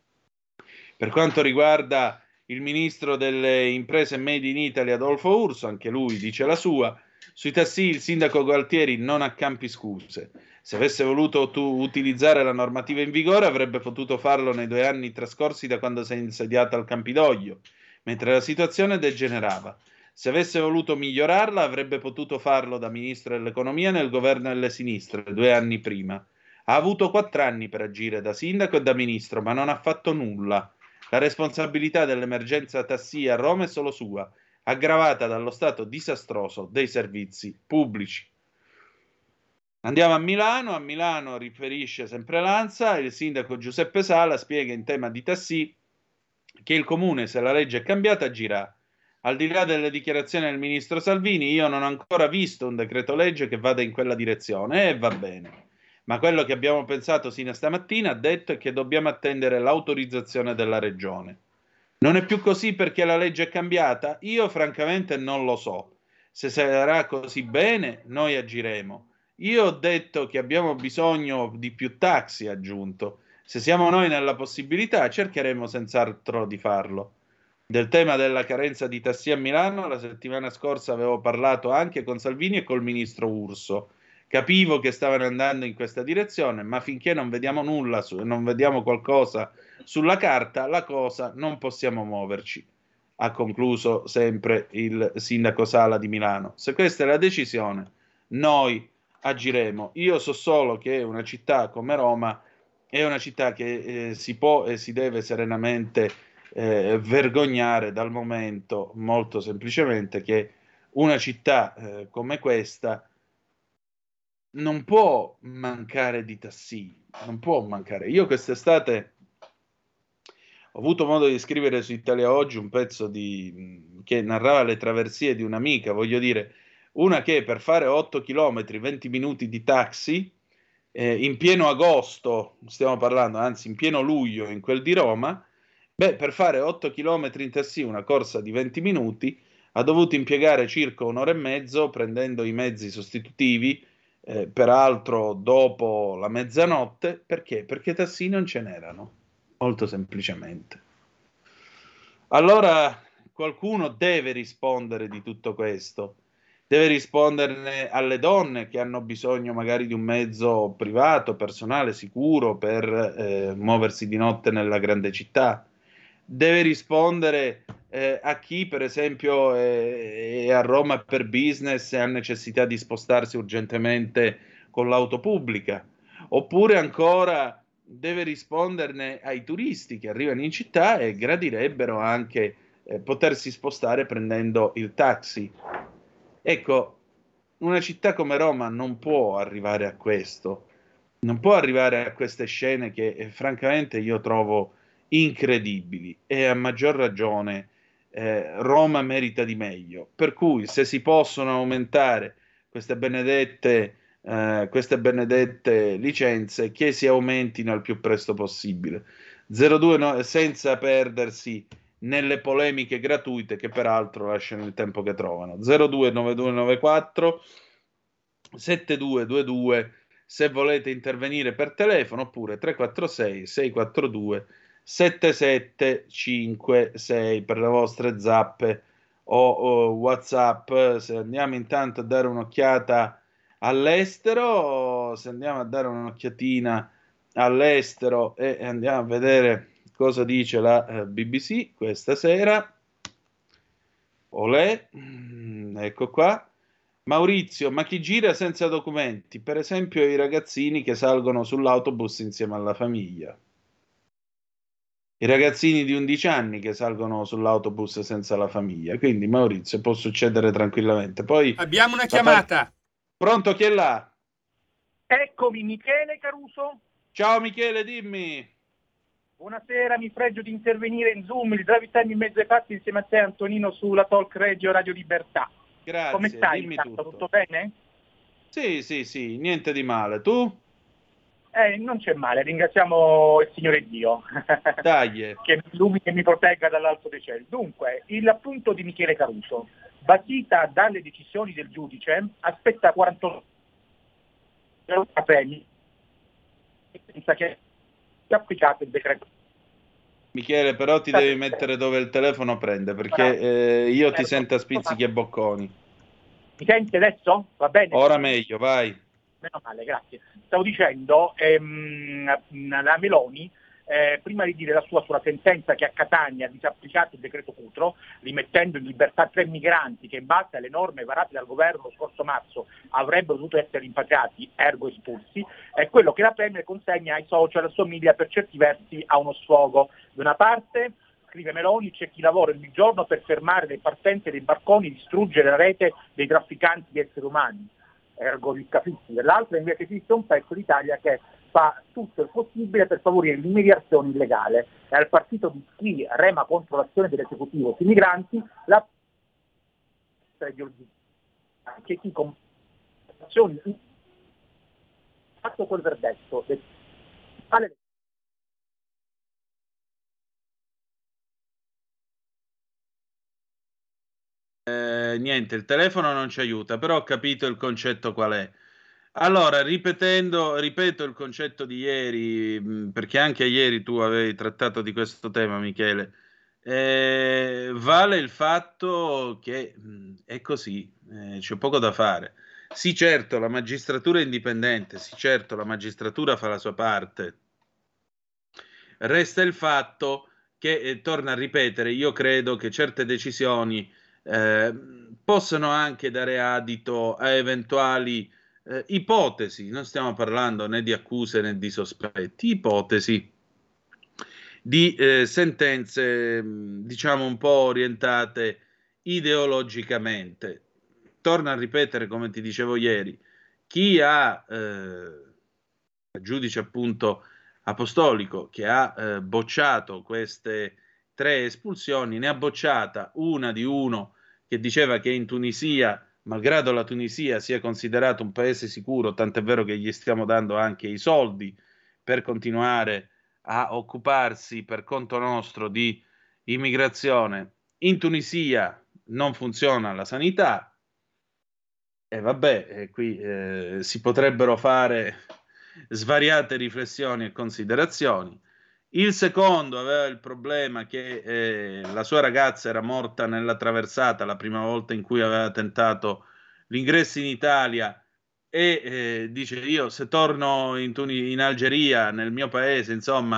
Per quanto riguarda il ministro delle imprese Made in Italy Adolfo Urso, anche lui dice la sua. Sui tassi il sindaco Gualtieri non accampi scuse. Se avesse voluto tu utilizzare la normativa in vigore avrebbe potuto farlo nei due anni trascorsi da quando si è insediata al Campidoglio, mentre la situazione degenerava. Se avesse voluto migliorarla avrebbe potuto farlo da ministro dell'economia nel governo delle sinistre due anni prima. Ha avuto quattro anni per agire da sindaco e da ministro, ma non ha fatto nulla. La responsabilità dell'emergenza tassi a Roma è solo sua, aggravata dallo stato disastroso dei servizi pubblici. Andiamo a Milano. A Milano riferisce sempre l'Ansa, il sindaco Giuseppe Sala spiega in tema di tassi che il comune, se la legge è cambiata, agirà. Al di là delle dichiarazioni del ministro Salvini, io non ho ancora visto un decreto legge che vada in quella direzione e va bene. Ma quello che abbiamo pensato sino a stamattina, ha detto, è che dobbiamo attendere l'autorizzazione della regione. Non è più così perché la legge è cambiata? Io francamente non lo so. Se sarà così bene, noi agiremo. Io ho detto che abbiamo bisogno di più taxi, ha aggiunto. Se siamo noi nella possibilità, cercheremo senz'altro di farlo. Del tema della carenza di tassi a Milano, la settimana scorsa avevo parlato anche con Salvini e col ministro Urso. Capivo che stavano andando in questa direzione, ma finché non vediamo nulla, non vediamo qualcosa sulla carta, la cosa non possiamo muoverci, ha concluso sempre il sindaco Sala di Milano. Se questa è la decisione, noi agiremo. Io so solo che una città come Roma è una città che eh, si può e si deve serenamente eh, vergognare dal momento, molto semplicemente, che una città eh, come questa non può mancare di tassi, non può mancare. Io quest'estate ho avuto modo di scrivere su Italia Oggi un pezzo di, che narrava le traversie di un'amica, voglio dire, una che per fare otto chilometri, venti minuti di taxi, eh, in pieno agosto, stiamo parlando, anzi in pieno luglio in quel di Roma, beh, per fare otto chilometri in taxi, una corsa di venti minuti, ha dovuto impiegare circa un'ora e mezzo prendendo i mezzi sostitutivi, eh, peraltro dopo la mezzanotte. Perché? Perché tassi non ce n'erano, molto semplicemente. Allora qualcuno deve rispondere di tutto questo, deve risponderne alle donne che hanno bisogno magari di un mezzo privato, personale, sicuro per eh, muoversi di notte nella grande città, deve rispondere eh, a chi per esempio è, è a Roma per business e ha necessità di spostarsi urgentemente con l'auto pubblica, oppure ancora deve risponderne ai turisti che arrivano in città e gradirebbero anche eh, potersi spostare prendendo il taxi. Ecco, una città come Roma non può arrivare a questo, non può arrivare a queste scene che eh, francamente io trovo incredibili, e a maggior ragione eh, Roma merita di meglio, per cui se si possono aumentare queste benedette, eh, queste benedette licenze, che si aumentino al più presto possibile. zero due no, senza perdersi nelle polemiche gratuite che peraltro lasciano il tempo che trovano. zero due nove due nove quattro sette due due due se volete intervenire per telefono, oppure tre quattro sei sei quattro due sette sette cinque sei per le vostre zappe o, o WhatsApp. Se andiamo intanto a dare un'occhiata all'estero, se andiamo a dare un'occhiatina all'estero e andiamo a vedere cosa dice la eh, B B C questa sera. Olè, ecco qua. Maurizio, ma chi gira senza documenti? Per esempio i ragazzini che salgono sull'autobus insieme alla famiglia. I ragazzini di undici anni che salgono sull'autobus senza la famiglia. Quindi Maurizio, può succedere tranquillamente. Poi abbiamo una chiamata. Par- Pronto, chi è là? Eccomi, Michele Caruso. Ciao Michele, dimmi. Buonasera, mi pregio di intervenire in Zoom, di travestarmi in mezzo ai fatti insieme a te, Antonino, sulla Talk Radio Radio Libertà. Grazie. Come stai? Dimmi Tutto. tutto. tutto bene? Sì, sì, sì, niente di male. Tu? Eh, non c'è male, ringraziamo il Signore Dio. Dai. Che mi illumini e mi protegga dall'alto dei cieli. Dunque, il appunto di Michele Caruso, basita dalle decisioni del giudice, aspetta quarantotto premi senza che sia applicato il decreto. Michele, però ti devi mettere dove il telefono prende, perché eh, io ti sento a spizzichi e bocconi. Mi senti adesso? Va bene? Ora meglio, vai. Meno male, grazie. Stavo dicendo, ehm, la Meloni, eh, prima di dire la sua sulla sentenza che a Catania ha disapplicato il decreto Cutro, rimettendo in libertà tre migranti che in base alle norme varate dal governo lo scorso marzo avrebbero dovuto essere rimpatriati, ergo espulsi, è quello che la Premier consegna ai social assomiglia per certi versi a uno sfogo. Da una parte, scrive Meloni, c'è chi lavora ogni giorno per fermare le partenze dei barconi e distruggere la rete dei trafficanti di esseri umani, ergo gli scafisti. Dall'altra invece esiste un pezzo d'Italia che fa tutto il possibile per favorire l'immigrazione illegale. E al partito di chi rema contro l'azione dell'esecutivo sui migranti, la anche chi con azioni fatto quel verdetto. Eh, niente, il telefono non ci aiuta, però ho capito il concetto qual è. Allora, ripetendo, ripeto il concetto di ieri, perché anche ieri tu avevi trattato di questo tema, Michele. Eh, vale il fatto che mh, è così, eh, c'è poco da fare. Sì, certo, la magistratura è indipendente, sì, certo, la magistratura fa la sua parte. Resta il fatto che, eh, torna a ripetere, io credo che certe decisioni eh, possono anche dare adito a eventuali Eh, ipotesi, non stiamo parlando né di accuse né di sospetti, ipotesi di eh, sentenze, diciamo un po' orientate ideologicamente. Torno a ripetere, come ti dicevo ieri, chi ha, eh, giudice appunto apostolico, che ha eh, bocciato queste tre espulsioni, ne ha bocciata una di uno che diceva che in Tunisia, malgrado la Tunisia sia considerato un paese sicuro, tant'è vero che gli stiamo dando anche i soldi per continuare a occuparsi per conto nostro di immigrazione, in Tunisia non funziona la sanità, e vabbè, e qui eh, si potrebbero fare svariate riflessioni e considerazioni. Il secondo aveva il problema che eh, la sua ragazza era morta nella traversata la prima volta in cui aveva tentato l'ingresso in Italia e eh, dice io se torno in, Tuni- in Algeria, nel mio paese, insomma,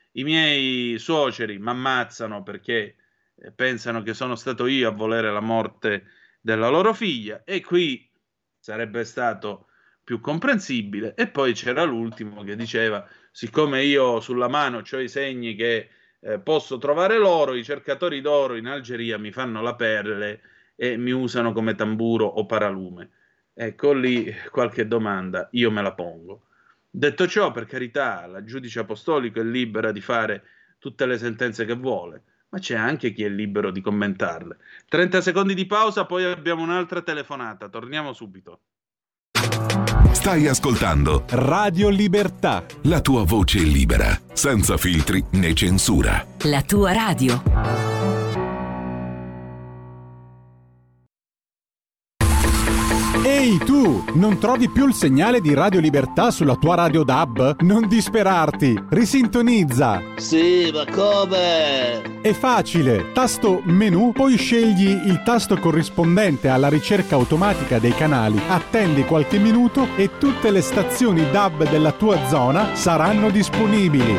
i miei suoceri mi ammazzano perché eh, pensano che sono stato io a volere la morte della loro figlia, e qui sarebbe stato più comprensibile. E poi c'era l'ultimo che diceva: siccome io sulla mano ho i segni che eh, posso trovare l'oro, i cercatori d'oro in Algeria mi fanno la perle e mi usano come tamburo o paralume. Ecco, lì qualche domanda io me la pongo. Detto ciò, per carità, la giudice apostolico è libera di fare tutte le sentenze che vuole, ma c'è anche chi è libero di commentarle. trenta secondi di pausa, poi abbiamo un'altra telefonata. Torniamo subito. Stai ascoltando Radio Libertà, la tua voce libera, senza filtri né censura. La tua radio. Ehi tu, non trovi più il segnale di Radio Libertà sulla tua radio D A B? Non disperarti, risintonizza. Sì, ma come? È facile, tasto menu, poi scegli il tasto corrispondente alla ricerca automatica dei canali, attendi qualche minuto e tutte le stazioni D A B della tua zona saranno disponibili.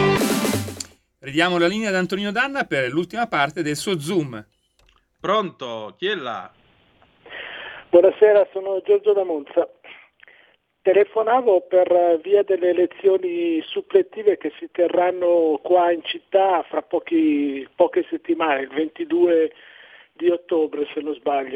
Ridiamo la linea ad Antonino Danna per l'ultima parte del suo Zoom. Pronto? Chi è là? Buonasera, sono Giorgio da Monza. Telefonavo per via delle elezioni suppletive che si terranno qua in città fra pochi, poche settimane, il ventidue di ottobre se non sbaglio.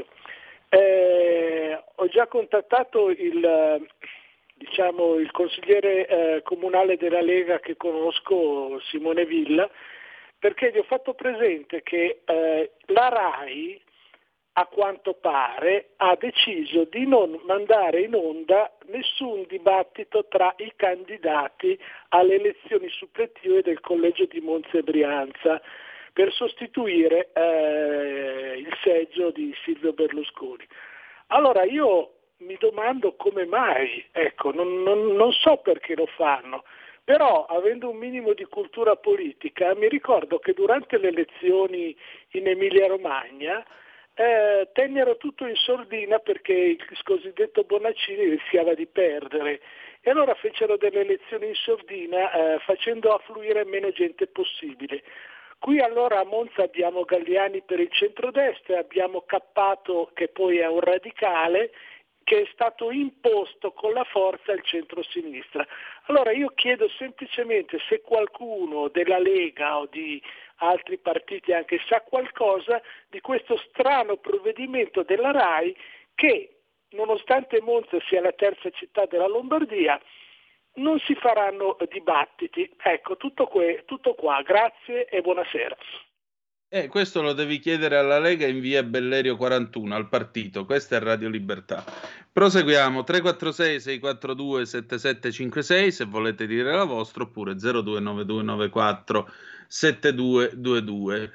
Eh, ho già contattato il, diciamo, il consigliere eh, comunale della Lega che conosco, Simone Villa, perché gli ho fatto presente che eh, la RAI, a quanto pare, ha deciso di non mandare in onda nessun dibattito tra i candidati alle elezioni suppletive del collegio di Monza e Brianza per sostituire eh, il seggio di Silvio Berlusconi. Allora io mi domando come mai, ecco, non, non, non so perché lo fanno, però avendo un minimo di cultura politica mi ricordo che durante le elezioni in Emilia-Romagna Eh, tennero tutto in sordina perché il cosiddetto Bonaccini rischiava di perdere, e allora fecero delle elezioni in sordina eh, facendo affluire meno gente possibile. Qui allora a Monza abbiamo Galliani per il centrodestra, abbiamo Cappato che poi è un radicale che è stato imposto con la forza al centro-sinistra. Allora io chiedo semplicemente se qualcuno della Lega o di altri partiti anche sa qualcosa di questo strano provvedimento della RAI che, nonostante Monza sia la terza città della Lombardia, non si faranno dibattiti. Ecco, tutto, que- tutto qua, grazie e buonasera. Eh, questo lo devi chiedere alla Lega in via Bellerio quarantuno, al partito. Questa è Radio Libertà. Proseguiamo, tre quattro sei sei quattro due sette sette cinque sei se volete dire la vostra, oppure zero due nove due nove quattro sette due due due.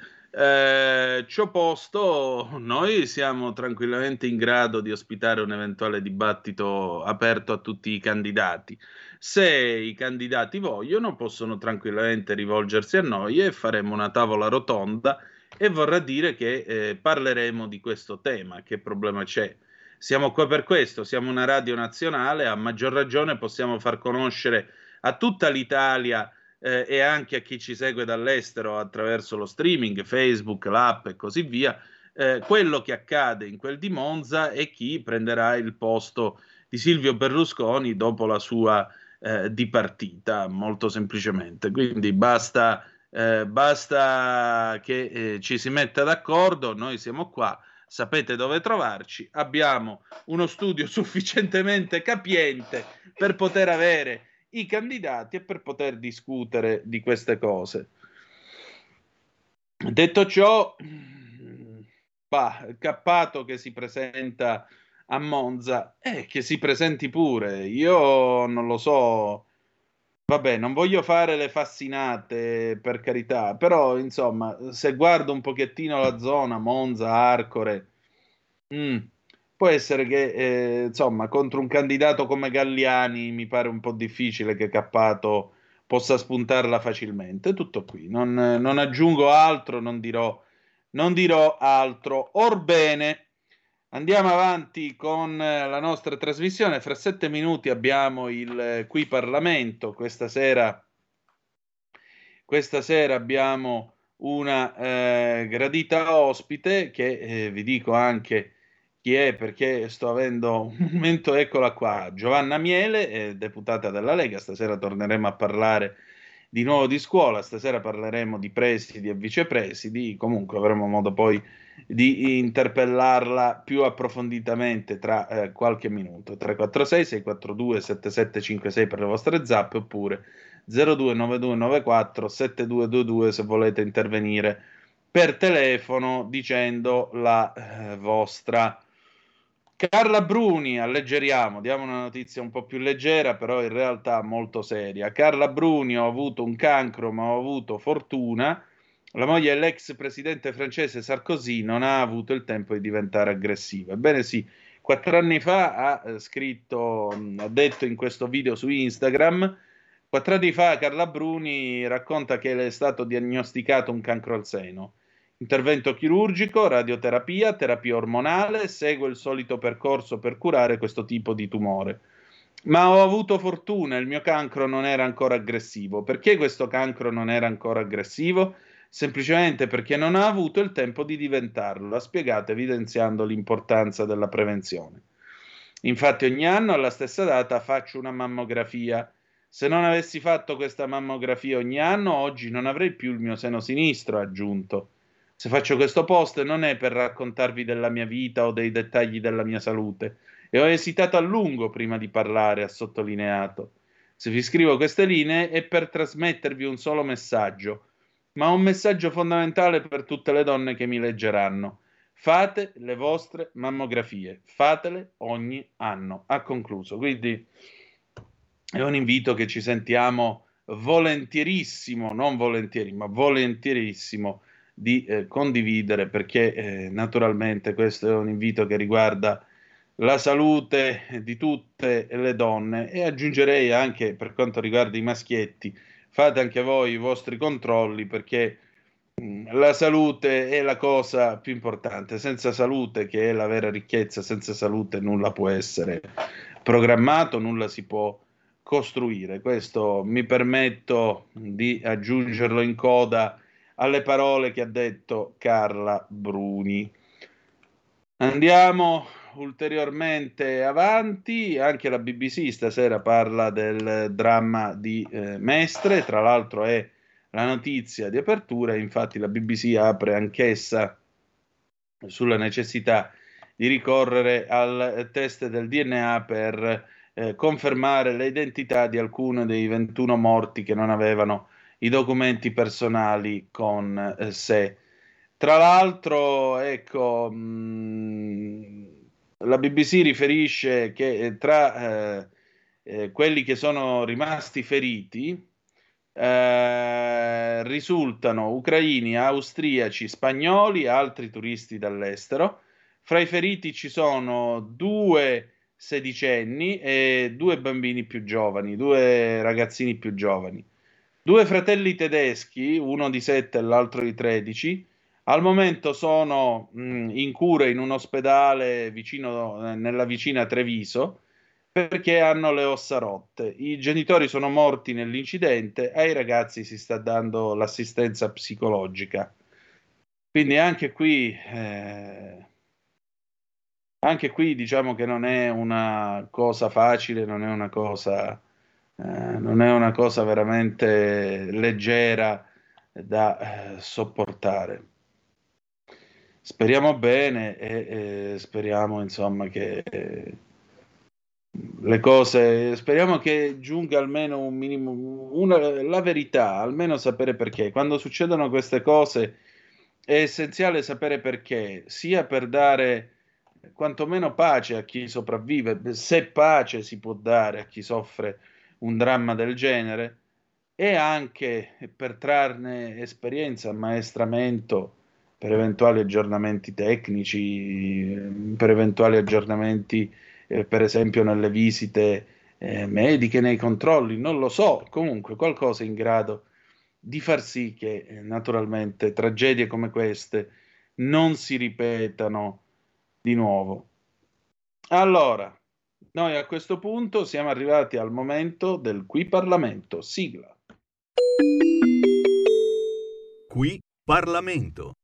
Eh, ciò posto, noi siamo tranquillamente in grado di ospitare un eventuale dibattito aperto a tutti i candidati. Se i candidati vogliono, possono tranquillamente rivolgersi a noi e faremo una tavola rotonda, e vorrà dire che eh, parleremo di questo tema. Che problema c'è? Siamo qua per questo, siamo una radio nazionale, a maggior ragione possiamo far conoscere a tutta l'Italia eh, e anche a chi ci segue dall'estero attraverso lo streaming, Facebook, l'app e così via, eh, quello che accade in quel di Monza e chi prenderà il posto di Silvio Berlusconi dopo la sua eh, dipartita, molto semplicemente. Quindi basta, eh, basta che eh, ci si metta d'accordo, noi siamo qua. Sapete dove trovarci, abbiamo uno studio sufficientemente capiente per poter avere i candidati e per poter discutere di queste cose. Detto ciò, bah, Cappato che si presenta a Monza, eh, che si presenti pure, io non lo so, vabbè, non voglio fare le fascinate, per carità, però insomma, se guardo un pochettino la zona, Monza, Arcore, mm, può essere che eh, insomma, contro un candidato come Galliani mi pare un po' difficile che Cappato possa spuntarla facilmente. Tutto qui, non, non aggiungo altro, non dirò, non dirò altro. Orbene, andiamo avanti con la nostra trasmissione. Fra sette minuti abbiamo il Qui Parlamento. Questa sera, questa sera abbiamo una eh, gradita ospite che eh, vi dico anche chi è, perché sto avendo un momento, eccola qua, Giovanna Miele, eh, deputata della Lega. Stasera torneremo a parlare di nuovo di scuola, stasera parleremo di presidi e vicepresidi, comunque avremo modo poi di interpellarla più approfonditamente tra eh, qualche minuto. tre quattro sei sei quattro due sette sette cinque sei per le vostre zappe, oppure zero due nove due nove quattro sette due due due se volete intervenire per telefono dicendo la eh, vostra. Carla Bruni, alleggeriamo, diamo una notizia un po' più leggera, però in realtà molto seria. Carla Bruni: ho avuto un cancro, ma ho avuto fortuna. La moglie dell'ex presidente francese Sarkozy non ha avuto il tempo di diventare aggressiva. Ebbene sì, quattro anni fa ha eh, scritto, ha detto in questo video su Instagram, quattro anni fa Carla Bruni racconta che le è stato diagnosticato un cancro al seno. Intervento chirurgico, radioterapia, terapia ormonale, segue il solito percorso per curare questo tipo di tumore. Ma ho avuto fortuna, il mio cancro non era ancora aggressivo. Perché questo cancro non era ancora aggressivo? Semplicemente perché non ha avuto il tempo di diventarlo, ha spiegato evidenziando l'importanza della prevenzione. Infatti ogni anno alla stessa data faccio una mammografia. Se non avessi fatto questa mammografia ogni anno, oggi non avrei più il mio seno sinistro, ha aggiunto. Se faccio questo post non è per raccontarvi della mia vita o dei dettagli della mia salute, e ho esitato a lungo prima di parlare, ha sottolineato. Se vi scrivo queste linee è per trasmettervi un solo messaggio, ma un messaggio fondamentale per tutte le donne che mi leggeranno. Fate le vostre mammografie, fatele ogni anno, ha concluso. Quindi è un invito che ci sentiamo volentierissimo, non volentieri, ma volentierissimo di eh, condividere, perché eh, naturalmente questo è un invito che riguarda la salute di tutte le donne, e aggiungerei anche per quanto riguarda i maschietti, fate anche voi i vostri controlli, perché mh, la salute è la cosa più importante. Senza salute, che è la vera ricchezza, senza salute nulla può essere programmato, nulla si può costruire. Questo mi permetto di aggiungerlo in coda alle parole che ha detto Carla Bruni. Andiamo ulteriormente avanti. Anche la B B C stasera parla del dramma di eh, Mestre, tra l'altro è la notizia di apertura. Infatti la B B C apre anch'essa sulla necessità di ricorrere al test del D N A per eh, confermare l'identità di alcuni dei ventuno morti che non avevano i documenti personali con eh, sé. Tra l'altro, ecco, mh, la B B C riferisce che eh, tra eh, eh, quelli che sono rimasti feriti eh, risultano ucraini, austriaci, spagnoli, altri turisti dall'estero. Fra i feriti ci sono due sedicenni e due bambini più giovani, due ragazzini più giovani. Due fratelli tedeschi, uno di sette e l'altro di tredici, al momento sono mh, in cura in un ospedale vicino, eh, nella vicina Treviso, perché hanno le ossa rotte. I genitori sono morti nell'incidente, ai ragazzi si sta dando l'assistenza psicologica. Quindi anche qui, eh, anche qui diciamo che non è una cosa facile, non è una cosa... Eh, non è una cosa veramente leggera da eh, sopportare. Speriamo bene e, e speriamo insomma che eh, le cose, speriamo che giunga almeno un minimo, una, la verità, almeno sapere perché. Quando succedono queste cose è essenziale sapere perché, sia per dare quantomeno pace a chi sopravvive, se pace si può dare a chi soffre un dramma del genere, e anche per trarne esperienza, ammaestramento per eventuali aggiornamenti tecnici, per eventuali aggiornamenti eh, per esempio nelle visite eh, mediche, nei controlli, non lo so, comunque qualcosa in grado di far sì che eh, naturalmente tragedie come queste non si ripetano di nuovo. Allora, noi a questo punto siamo arrivati al momento del Qui Parlamento. Sigla. Thank you. Qui Parlamento.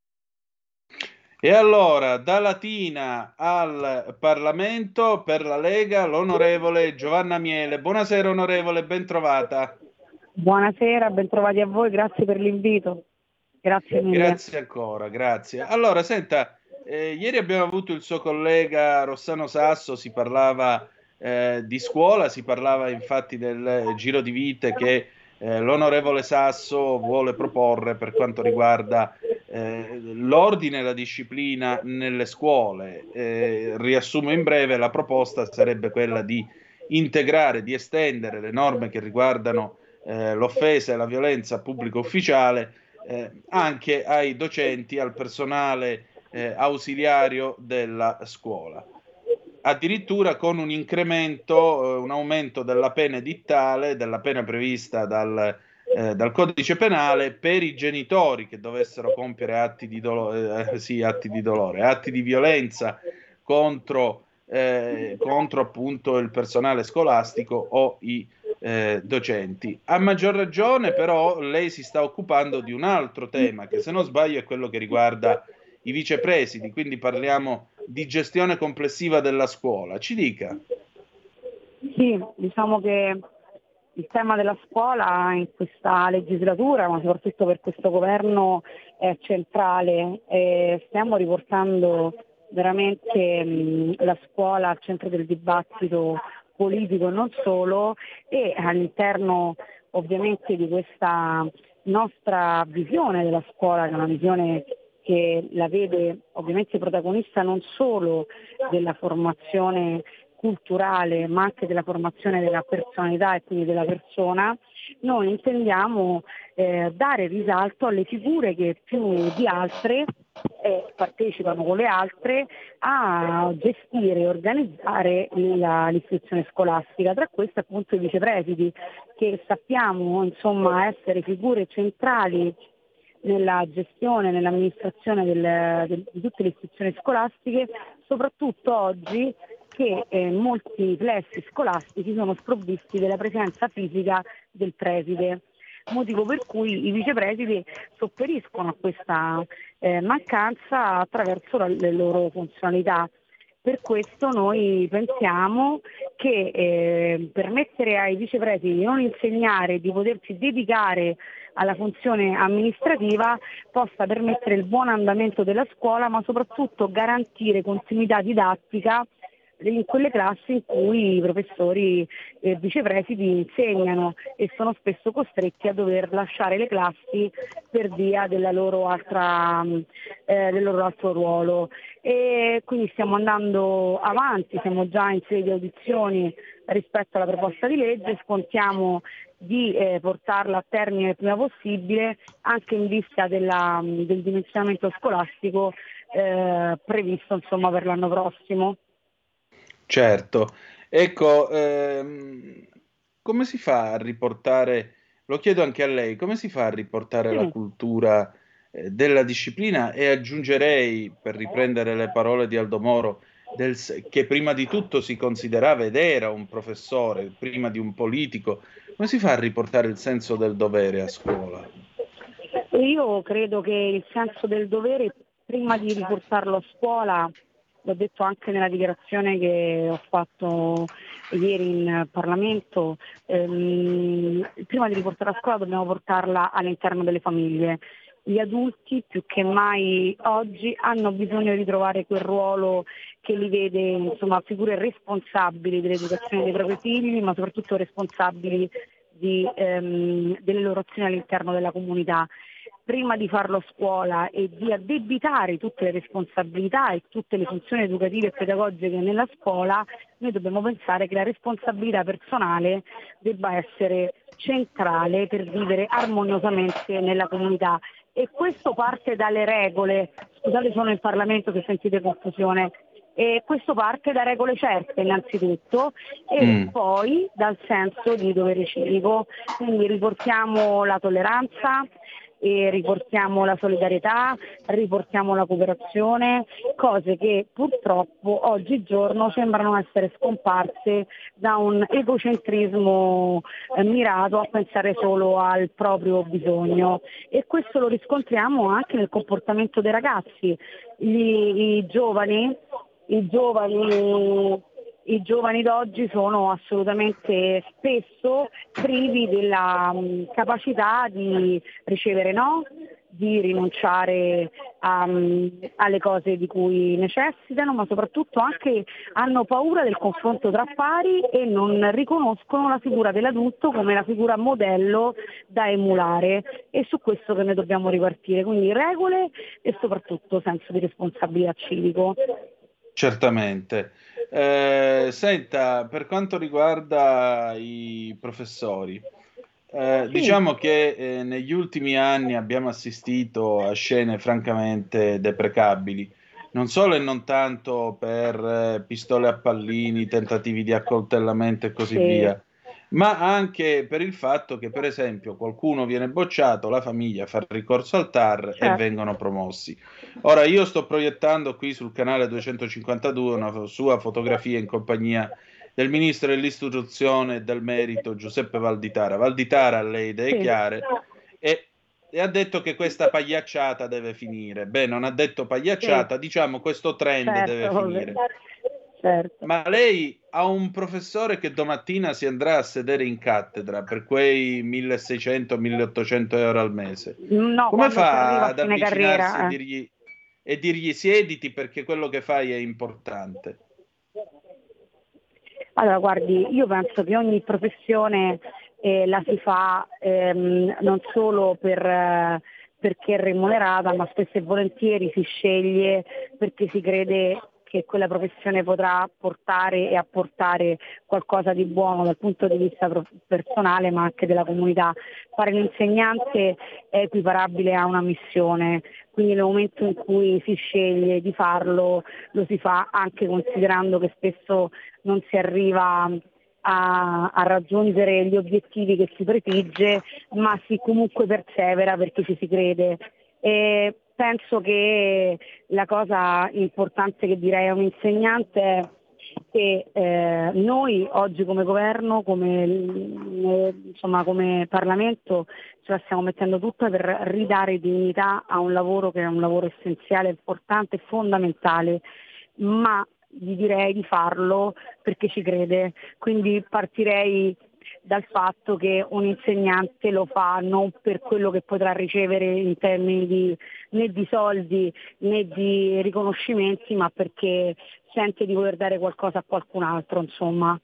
E allora, da Latina al Parlamento, per la Lega, l'onorevole Giovanna Miele. Buonasera onorevole, ben trovata. Buonasera, ben trovati a voi, grazie per l'invito. Grazie mille. Grazie ancora, grazie. Allora, senta, eh, ieri abbiamo avuto il suo collega Rossano Sasso, si parlava eh, di scuola, si parlava infatti del giro di vite che eh, l'onorevole Sasso vuole proporre per quanto riguarda eh, l'ordine e la disciplina nelle scuole. Eh, riassumo in breve, la proposta sarebbe quella di integrare, di estendere le norme che riguardano eh, l'offesa e la violenza pubblico ufficiale eh, anche ai docenti, al personale eh, ausiliario della scuola. Addirittura con un incremento, eh, un aumento della pena edittale, della pena prevista dal, eh, dal codice penale per i genitori che dovessero compiere atti di, dolo- eh, sì, atti di dolore, atti di violenza contro, eh, contro appunto il personale scolastico o i eh, docenti. A maggior ragione però lei si sta occupando di un altro tema che, se non sbaglio, è quello che riguarda i vicepresidi, quindi parliamo di gestione complessiva della scuola. Ci dica. Sì, diciamo che il tema della scuola in questa legislatura, ma soprattutto per questo governo, è centrale. E stiamo riportando veramente mh, la scuola al centro del dibattito politico e non solo, e all'interno ovviamente di questa nostra visione della scuola, che è una visione che la vede ovviamente protagonista non solo della formazione culturale, ma anche della formazione della personalità e quindi della persona, noi intendiamo eh, dare risalto alle figure che più di altre eh, partecipano con le altre a gestire e organizzare la, l'istruzione scolastica. Tra queste appunto i vicepresidi, che sappiamo insomma essere figure centrali nella gestione, nell'amministrazione del, del, di tutte le istituzioni scolastiche, soprattutto oggi che eh, molti plessi scolastici sono sprovvisti della presenza fisica del preside, motivo per cui i vicepresidi sopperiscono a questa eh, mancanza attraverso la, le loro funzionalità. Per questo noi pensiamo che eh, permettere ai vicepresidi di non insegnare, di potersi dedicare alla funzione amministrativa possa permettere il buon andamento della scuola, ma soprattutto garantire continuità didattica in quelle classi in cui i professori e vicepresidi insegnano e sono spesso costretti a dover lasciare le classi per via della loro altra, eh, del loro altro ruolo. E quindi stiamo andando avanti, siamo già in sede di audizioni rispetto alla proposta di legge, scontiamo di eh, portarla a termine il prima possibile, anche in vista della, del dimensionamento scolastico eh, previsto insomma per l'anno prossimo. Certo, ecco, ehm, come si fa a riportare, lo chiedo anche a lei, come si fa a riportare Sì. la cultura eh, della disciplina, e aggiungerei, per riprendere le parole di Aldo Moro, del, s- che prima di tutto si considerava ed era un professore, prima di un politico, come si fa a riportare il senso del dovere a scuola? E io credo che il senso del dovere, prima di riportarlo a scuola, l'ho detto anche nella dichiarazione che ho fatto ieri in Parlamento, ehm, prima di riportarla a scuola dobbiamo portarla all'interno delle famiglie. Gli adulti più che mai oggi hanno bisogno di trovare quel ruolo che li vede insomma figure responsabili dell'educazione dei propri figli, ma soprattutto responsabili di, ehm, delle loro azioni all'interno della comunità. Prima di farlo a scuola e di addebitare tutte le responsabilità e tutte le funzioni educative e pedagogiche nella scuola, noi dobbiamo pensare che la responsabilità personale debba essere centrale per vivere armoniosamente nella comunità. E questo parte dalle regole. Scusate, sono in Parlamento se sentite confusione. E questo parte da regole certe innanzitutto e Mm. poi dal senso di dovere civico. Quindi riportiamo la tolleranza e riportiamo la solidarietà, riportiamo la cooperazione, cose che purtroppo oggigiorno sembrano essere scomparse da un egocentrismo eh, mirato a pensare solo al proprio bisogno, e questo lo riscontriamo anche nel comportamento dei ragazzi. Gli, i giovani, i giovani I giovani d'oggi sono assolutamente spesso privi della um, capacità di ricevere no, di rinunciare a, um, alle cose di cui necessitano, ma soprattutto anche hanno paura del confronto tra pari e non riconoscono la figura dell'adulto come la figura modello da emulare, e su questo che noi dobbiamo ripartire, quindi regole e soprattutto senso di responsabilità civico. Certamente. Eh, senta, per quanto riguarda i professori, eh, Sì. diciamo che eh, negli ultimi anni abbiamo assistito a scene francamente deprecabili, non solo e non tanto per eh, pistole a pallini, tentativi di accoltellamento e così Sì. via, ma anche per il fatto che, per esempio, qualcuno viene bocciato, la famiglia fa ricorso al T A R e Certo. vengono promossi. Ora, io sto proiettando qui sul canale duecentocinquantadue una sua fotografia in compagnia del ministro dell'istruzione e del merito Giuseppe Valditara. Valditara ha le idee Sì. chiare e, e ha detto che questa pagliacciata deve finire. Beh, non ha detto pagliacciata, diciamo questo trend Certo, deve finire. certo. Ma lei ha un professore che domattina si andrà a sedere in cattedra per quei milleseicento milleottocento euro al mese. No, Come quando si arriva fa a ad fine avvicinarsi carriera, e eh. dirgli, e dirgli siediti perché quello che fai è importante? Allora, guardi, io penso che ogni professione eh, la si fa ehm, non solo per, eh, perché è remunerata, ma spesso e volentieri si sceglie perché si crede che quella professione potrà portare e apportare qualcosa di buono dal punto di vista pro- personale, ma anche della comunità. Fare l'insegnante è equiparabile a una missione, quindi nel momento in cui si sceglie di farlo, lo si fa anche considerando che spesso non si arriva a, a raggiungere gli obiettivi che si prefigge, ma si comunque persevera perché ci si crede. E penso che la cosa importante che direi a un insegnante è che eh, noi oggi come governo, come, eh, insomma, come Parlamento, ce la stiamo mettendo tutta per ridare dignità a un lavoro che è un lavoro essenziale, importante, fondamentale, ma gli direi di farlo perché ci crede. Quindi partirei dal fatto che un insegnante lo fa non per quello che potrà ricevere in termini di, né di soldi né di riconoscimenti, ma perché sente di voler dare qualcosa a qualcun altro, insomma.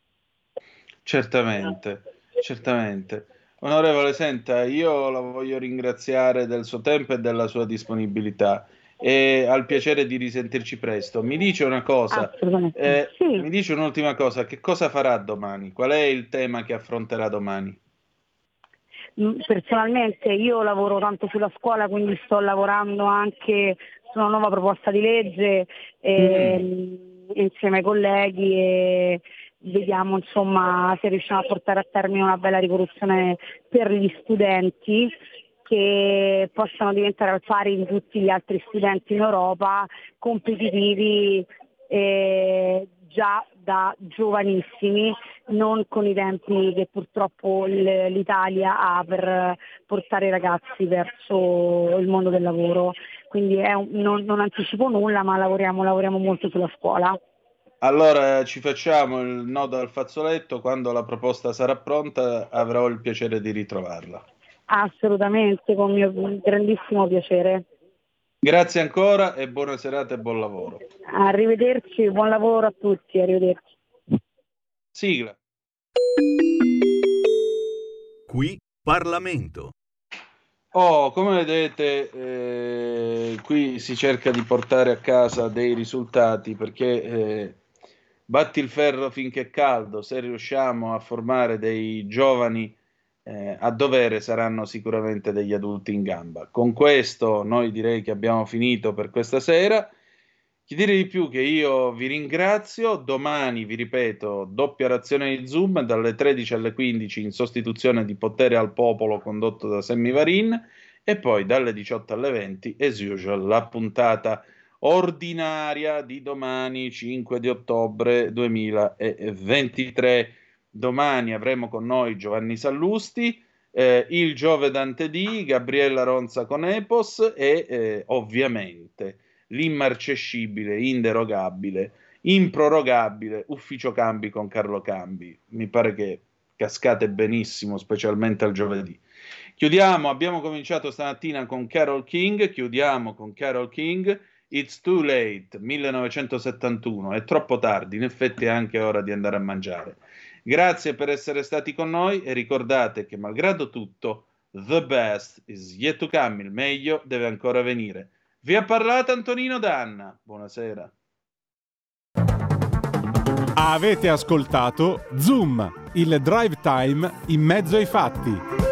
Certamente, certamente. Onorevole, senta, io la voglio ringraziare del suo tempo e della sua disponibilità e al piacere di risentirci presto. Mi dice una cosa, Assolutamente. eh, Sì. mi dice un'ultima cosa, che cosa farà domani? Qual è il tema che affronterà domani? Mm, Personalmente io lavoro tanto sulla scuola, quindi sto lavorando anche su una nuova proposta di legge eh, insieme ai colleghi e vediamo insomma se riusciamo a portare a termine una bella rivoluzione per gli studenti, che possano diventare al pari di tutti gli altri studenti in Europa, competitivi eh, già da giovanissimi, non con i tempi che purtroppo l- l'Italia ha per portare i ragazzi verso il mondo del lavoro. Quindi è un- non, non anticipo nulla, ma lavoriamo, lavoriamo molto sulla scuola. Allora ci facciamo il nodo al fazzoletto, quando la proposta sarà pronta avrò il piacere di ritrovarla. Assolutamente, con mio grandissimo piacere. Grazie ancora e buona serata e buon lavoro. Arrivederci, buon lavoro a tutti, arrivederci. Sigla. Qui Parlamento. Oh, come vedete, eh, qui si cerca di portare a casa dei risultati perché eh, batti il ferro finché è caldo, se riusciamo a formare dei giovani eh, a dovere saranno sicuramente degli adulti in gamba. Con questo noi direi che abbiamo finito per questa sera. Chi dire di più che io vi ringrazio, domani vi ripeto, doppia razione di Zoom dalle tredici alle quindici in sostituzione di Potere al Popolo condotto da Sammy Varin e poi dalle diciotto alle venti, as usual, la puntata ordinaria di domani, cinque di ottobre duemilaventitré. Domani avremo con noi Giovanni Sallusti, eh, il Giove Dante D, Gabriella Ronza con Epos e eh, ovviamente l'immarcescibile, inderogabile, improrogabile Ufficio Cambi con Carlo Cambi. Mi pare che cascate benissimo, specialmente al giovedì. Chiudiamo, abbiamo cominciato stamattina con Carole King, chiudiamo con Carole King, It's Too Late, millenovecentosettantuno, è troppo tardi, in effetti è anche ora di andare a mangiare. Grazie per essere stati con noi e ricordate che malgrado tutto, the best is yet to come, il meglio deve ancora venire. Vi ha parlato Antonino Danna, buonasera. Avete ascoltato Zoom, il drive time in mezzo ai fatti.